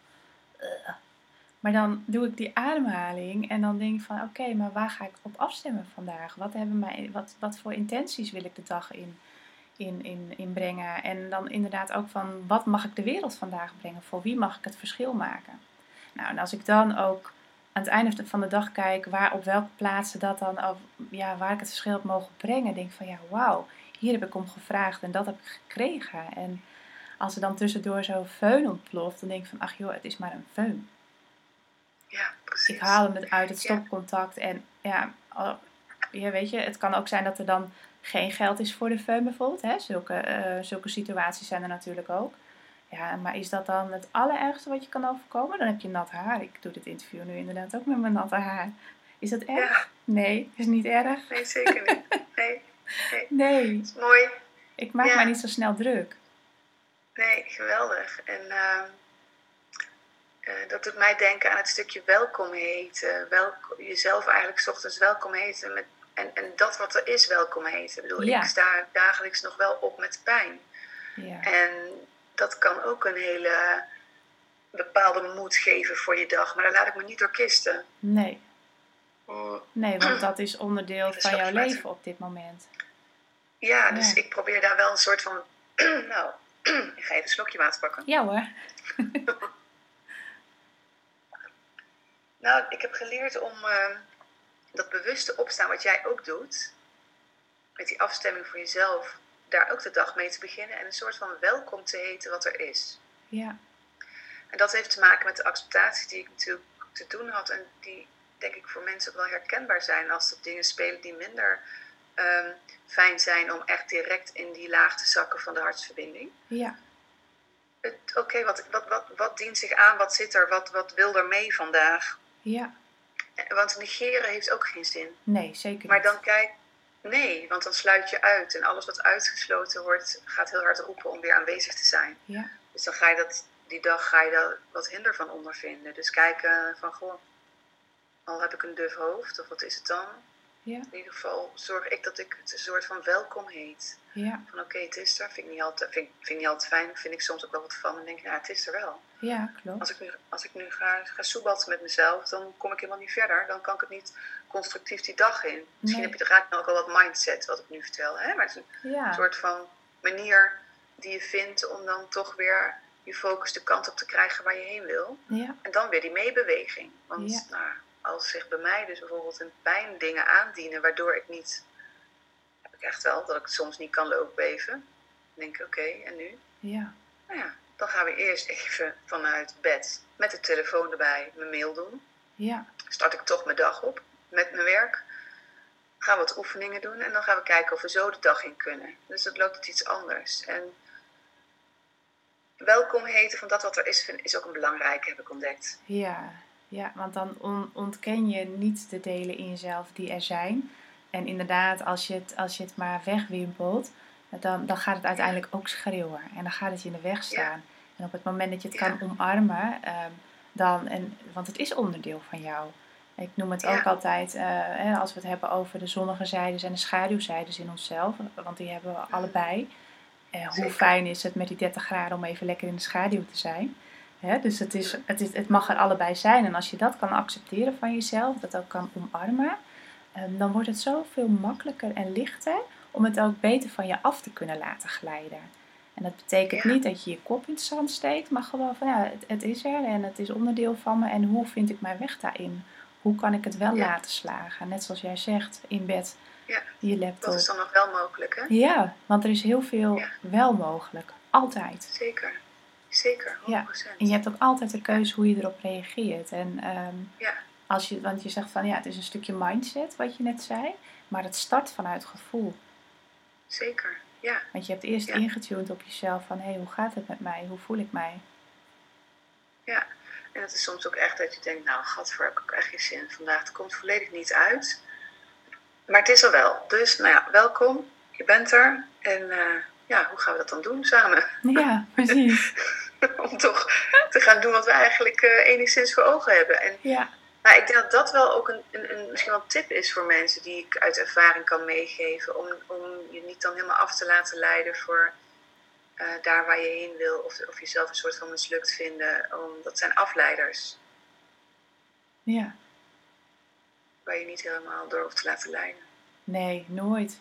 [SPEAKER 1] Maar dan doe ik die ademhaling en dan denk ik van, oké, maar waar ga ik op afstemmen vandaag? Wat voor intenties wil ik de dag inbrengen? En dan inderdaad ook van, wat mag ik de wereld vandaag brengen? Voor wie mag ik het verschil maken? Nou, en als ik dan ook aan het einde van de dag kijk op welke plaatsen dat dan, waar ik het verschil heb mogen brengen, denk ik van ja, wauw, hier heb ik om gevraagd en dat heb ik gekregen. En als er dan tussendoor zo'n föhn ontploft, dan denk ik van ach joh, het is maar een föhn.
[SPEAKER 2] Ja, precies.
[SPEAKER 1] Ik haal hem uit het stopcontact en weet je, het kan ook zijn dat er dan geen geld is voor de föhn bijvoorbeeld. Hè? Zulke situaties zijn er natuurlijk ook. Ja, maar is dat dan het allerergste wat je kan overkomen? Dan heb je nat haar. Ik doe dit interview nu inderdaad ook met mijn natte haar. Is dat erg?
[SPEAKER 2] Ja.
[SPEAKER 1] Nee, is niet erg.
[SPEAKER 2] Nee, zeker niet.
[SPEAKER 1] Nee.
[SPEAKER 2] Dat is mooi.
[SPEAKER 1] Ik maak mij niet zo snel druk.
[SPEAKER 2] Nee, geweldig. En dat doet mij denken aan het stukje welkom heten. Jezelf eigenlijk 's ochtends welkom heten. En dat wat er is welkom heten. Ik bedoel, ik sta dagelijks nog wel op met pijn.
[SPEAKER 1] Ja.
[SPEAKER 2] En dat kan ook een hele bepaalde moed geven voor je dag. Maar daar laat ik me niet door kisten.
[SPEAKER 1] Nee. Nee, want dat is onderdeel van jouw leven op dit moment.
[SPEAKER 2] Ja, dus ik probeer daar wel een soort van... nou, ik ga even een slokje water pakken.
[SPEAKER 1] Ja hoor.
[SPEAKER 2] Nou, ik heb geleerd om dat bewuste opstaan wat jij ook doet, met die afstemming voor jezelf, daar ook de dag mee te beginnen en een soort van welkom te heten wat er is.
[SPEAKER 1] Ja.
[SPEAKER 2] En dat heeft te maken met de acceptatie die ik natuurlijk te doen had en die denk ik voor mensen ook wel herkenbaar zijn als er dingen spelen die minder fijn zijn om echt direct in die laag te zakken van de hartsverbinding.
[SPEAKER 1] Ja.
[SPEAKER 2] Oké, wat dient zich aan, wat zit er, wat wil er mee vandaag?
[SPEAKER 1] Ja.
[SPEAKER 2] Want negeren heeft ook geen zin.
[SPEAKER 1] Nee, zeker niet.
[SPEAKER 2] Maar dan nee, want dan sluit je uit. En alles wat uitgesloten wordt, gaat heel hard roepen om weer aanwezig te zijn.
[SPEAKER 1] Ja.
[SPEAKER 2] Dus dan die dag ga je daar wat hinder van ondervinden. Dus kijken van, goh, al heb ik een duf hoofd, of wat is het dan?
[SPEAKER 1] Ja.
[SPEAKER 2] In ieder geval zorg ik dat ik het een soort van welkom heet.
[SPEAKER 1] Ja.
[SPEAKER 2] Van oké, het is er. Vind ik niet altijd fijn. Vind ik soms ook wel wat van. En dan denk ik, het is er wel.
[SPEAKER 1] Ja, klopt.
[SPEAKER 2] Als ik nu ga soebatten met mezelf, dan kom ik helemaal niet verder. Dan kan ik het niet constructief die dag in. Misschien raak ik dan ook al wat mindset, wat ik nu vertel. Hè? Maar het is een soort van manier die je vindt om dan toch weer je focus de kant op te krijgen waar je heen wil.
[SPEAKER 1] Ja.
[SPEAKER 2] En dan weer die meebeweging. Want als zich bij mij dus bijvoorbeeld een pijn dingen aandienen, waardoor ik niet... heb ik echt wel, dat ik soms niet kan lopen even. Dan denk ik, oké, en nu?
[SPEAKER 1] Ja.
[SPEAKER 2] Nou ja, dan gaan we eerst even vanuit bed met de telefoon erbij mijn mail doen.
[SPEAKER 1] Ja.
[SPEAKER 2] Start ik toch mijn dag op met mijn werk. Gaan we wat oefeningen doen en dan gaan we kijken of we zo de dag in kunnen. Dus dat loopt het iets anders. En welkom heten van dat wat er is ook een belangrijke, heb ik ontdekt.
[SPEAKER 1] Ja, want dan ontken je niet de delen in jezelf die er zijn. En inderdaad, als je het maar wegwimpelt, dan gaat het uiteindelijk ook schreeuwen. En dan gaat het je in de weg staan. Ja. En op het moment dat je het kan omarmen, want het is onderdeel van jou. Ik noem het
[SPEAKER 2] Ja.
[SPEAKER 1] ook altijd, als we het hebben over de zonnige zijdes en de schaduwzijdes in onszelf. Want die hebben we allebei. Hoe
[SPEAKER 2] Zeker.
[SPEAKER 1] fijn is het met die 30 graden om even lekker in de schaduw te zijn. Dus het mag er allebei zijn. En als je dat kan accepteren van jezelf, dat ook kan omarmen, dan wordt het zoveel makkelijker en lichter om het ook beter van je af te kunnen laten glijden. En dat betekent niet dat je je kop in het zand steekt, maar gewoon van het is er en het is onderdeel van me. En hoe vind ik mijn weg daarin? Hoe kan ik het wel laten slagen? Net zoals jij zegt, in bed, je laptop.
[SPEAKER 2] Wat is dan nog wel mogelijk, hè?
[SPEAKER 1] Ja, want er is heel veel wel mogelijk. Altijd.
[SPEAKER 2] Zeker, 100%.
[SPEAKER 1] Ja. En je hebt ook altijd de keuze hoe je erop reageert. En want je zegt van het is een stukje mindset wat je net zei, maar het start vanuit gevoel.
[SPEAKER 2] Zeker, ja.
[SPEAKER 1] Want je hebt eerst ingetuned op jezelf van hoe gaat het met mij? Hoe voel ik mij?
[SPEAKER 2] Ja, en het is soms ook echt dat je denkt, nou gadver, heb ik ook echt geen zin vandaag. Het komt volledig niet uit. Maar het is er wel. Dus welkom. Je bent er. En hoe gaan we dat dan doen samen?
[SPEAKER 1] Ja, precies.
[SPEAKER 2] Om toch te gaan doen wat we eigenlijk enigszins voor ogen hebben. En ik denk dat dat wel ook misschien wel een tip is voor mensen die ik uit ervaring kan meegeven. Om je niet dan helemaal af te laten leiden voor daar waar je heen wil. Of jezelf een soort van mislukt vinden. Dat zijn afleiders.
[SPEAKER 1] Ja.
[SPEAKER 2] Waar je niet helemaal door hoeft te laten leiden.
[SPEAKER 1] Nee, nooit.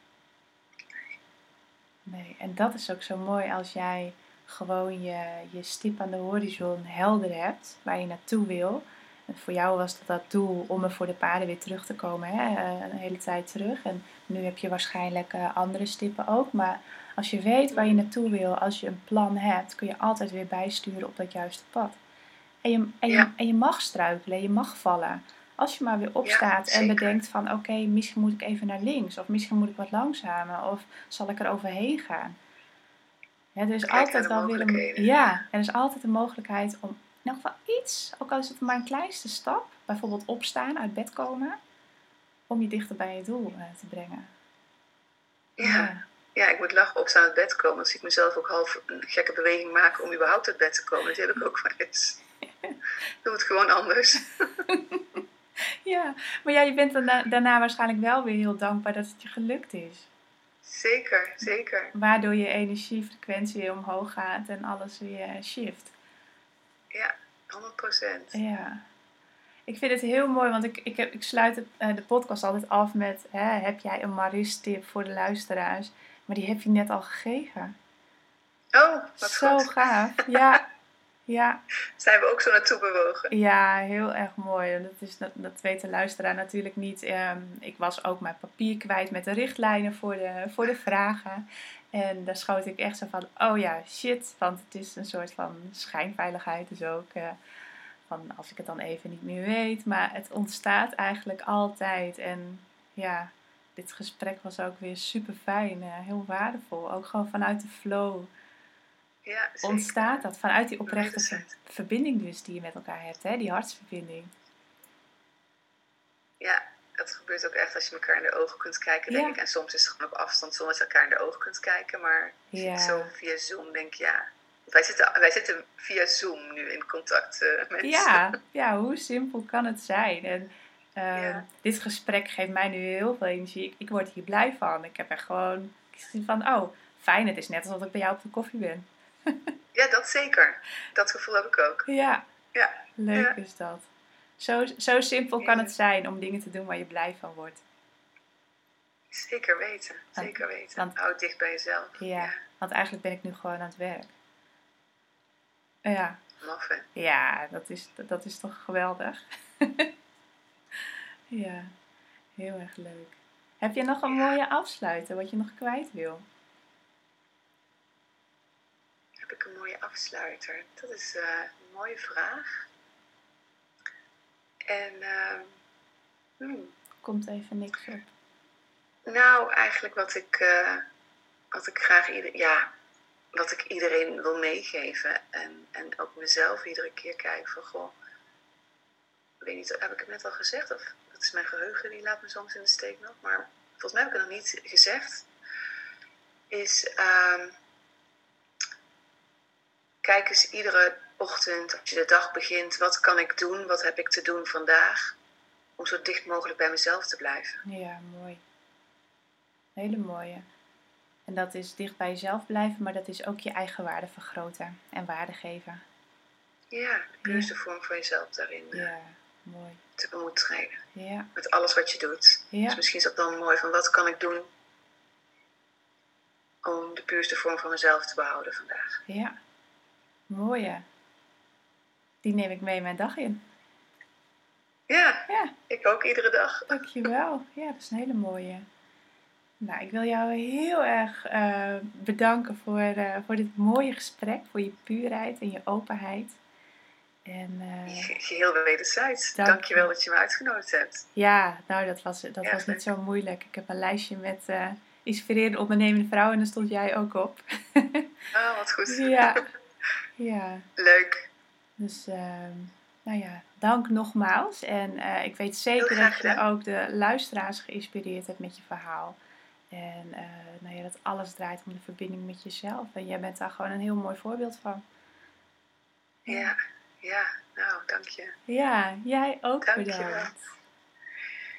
[SPEAKER 1] Nee, en dat is ook zo mooi als jij gewoon je stip aan de horizon helder hebt, waar je naartoe wil. En voor jou was dat doel om er voor de paarden weer terug te komen, een hele tijd terug. En nu heb je waarschijnlijk andere stippen ook. Maar als je weet waar je naartoe wil, als je een plan hebt, kun je altijd weer bijsturen op dat juiste pad. En je mag struikelen, je mag vallen. Als je maar weer opstaat en bedenkt van oké, misschien moet ik even naar links. Of misschien moet ik wat langzamer. Of zal ik er overheen gaan. Er is altijd wel weer er is altijd een mogelijkheid om in ieder geval iets, ook al is het maar een kleinste stap, bijvoorbeeld opstaan, uit bed komen, om je dichter bij je doel te brengen.
[SPEAKER 2] Ja, ik moet lachen opstaan uit bed komen. Dan zie ik mezelf ook half een gekke beweging maken om überhaupt uit bed te komen. Dat heb ik ook wel eens. Doe het gewoon anders.
[SPEAKER 1] Ja, maar je bent daarna waarschijnlijk wel weer heel dankbaar dat het je gelukt is.
[SPEAKER 2] Zeker.
[SPEAKER 1] Waardoor je energiefrequentie weer omhoog gaat en alles weer shift.
[SPEAKER 2] Ja, 100%.
[SPEAKER 1] Ja. Ik vind het heel mooi, want ik sluit de podcast altijd af met heb jij een Maris-tip voor de luisteraars? Maar die heb je net al gegeven.
[SPEAKER 2] Oh, wat
[SPEAKER 1] zo
[SPEAKER 2] goed.
[SPEAKER 1] Gaaf. Ja.
[SPEAKER 2] Zijn we ook zo naartoe bewogen?
[SPEAKER 1] Ja, heel erg mooi. En dat weet de luisteraar natuurlijk niet. Ik was ook mijn papier kwijt met de richtlijnen voor de vragen. En daar schoot ik echt zo van, oh ja, shit. Want het is een soort van schijnveiligheid. Dus ook van als ik het dan even niet meer weet. Maar het ontstaat eigenlijk altijd. En ja, dit gesprek was ook weer super fijn. Heel waardevol. Ook gewoon vanuit de flow.
[SPEAKER 2] Ja,
[SPEAKER 1] ontstaat dat vanuit die oprechte verbinding dus die je met elkaar hebt, die hartsverbinding.
[SPEAKER 2] Ja, dat gebeurt ook echt als je elkaar in de ogen kunt kijken, denk ik. En soms is het gewoon op afstand zonder dat je elkaar in de ogen kunt kijken. Maar als je het zo via Zoom denk wij zitten via Zoom nu in contact met.
[SPEAKER 1] Ja, hoe simpel kan het zijn? En dit gesprek geeft mij nu heel veel energie. Ik word hier blij van. Ik heb echt gewoon van, fijn, het is net alsof ik bij jou op de koffie ben.
[SPEAKER 2] Ja, dat zeker. Dat gevoel heb ik ook.
[SPEAKER 1] Ja. Leuk is dat. Zo simpel kan het zijn om dingen te doen waar je blij van wordt.
[SPEAKER 2] Zeker weten. Hou het dicht bij jezelf.
[SPEAKER 1] Ja, want eigenlijk ben ik nu gewoon aan het werk. Ja.
[SPEAKER 2] Maf, hè?
[SPEAKER 1] Ja, dat is toch geweldig. Ja, heel erg leuk. Heb je nog een mooie afsluiter, wat je nog kwijt wil?
[SPEAKER 2] Heb ik een mooie afsluiter? Dat is een mooie vraag. En
[SPEAKER 1] komt even niks op.
[SPEAKER 2] Nou, eigenlijk wat ik graag wat ik iedereen wil meegeven. En ook mezelf iedere keer kijken van, goh, ik weet niet, heb ik het net al gezegd? Of dat is mijn geheugen, die laat me soms in de steek nog. Maar volgens mij heb ik het nog niet gezegd. Is, kijk eens iedere ochtend, als je de dag begint, wat kan ik doen? Wat heb ik te doen vandaag? om zo dicht mogelijk bij mezelf te blijven.
[SPEAKER 1] Ja, mooi. Hele mooie. En dat is dicht bij jezelf blijven, maar dat is ook je eigen waarde vergroten en waarde geven.
[SPEAKER 2] Ja, de puurste vorm van jezelf daarin
[SPEAKER 1] mooi.
[SPEAKER 2] tegemoet treden.
[SPEAKER 1] Ja.
[SPEAKER 2] Met alles wat je doet.
[SPEAKER 1] Ja.
[SPEAKER 2] Dus misschien is dat dan mooi van wat kan ik doen om de puurste vorm van mezelf te behouden vandaag.
[SPEAKER 1] Ja, mooi. Die neem ik mee mijn dag in.
[SPEAKER 2] Ja, ik ook iedere dag.
[SPEAKER 1] Dankjewel. Ja, dat is een hele mooie. Nou, ik wil jou heel erg bedanken voor dit mooie gesprek, voor je puurheid en je openheid. En,
[SPEAKER 2] geheel wederzijds. Dankjewel dat je me uitgenodigd hebt.
[SPEAKER 1] Ja, nou dat was niet zo moeilijk. Ik heb een lijstje met inspirerende ondernemende vrouwen en daar stond jij ook op.
[SPEAKER 2] Oh, wat goed.
[SPEAKER 1] Ja.
[SPEAKER 2] Leuk.
[SPEAKER 1] Dus, nou ja, dank nogmaals. En ik weet zeker dat je ook de luisteraars geïnspireerd hebt met je verhaal. En nou ja, dat alles draait om de verbinding met jezelf. En jij bent daar gewoon een heel mooi voorbeeld van.
[SPEAKER 2] Ja, nou, dank je.
[SPEAKER 1] Ja, jij ook
[SPEAKER 2] Dank je
[SPEAKER 1] bedankt.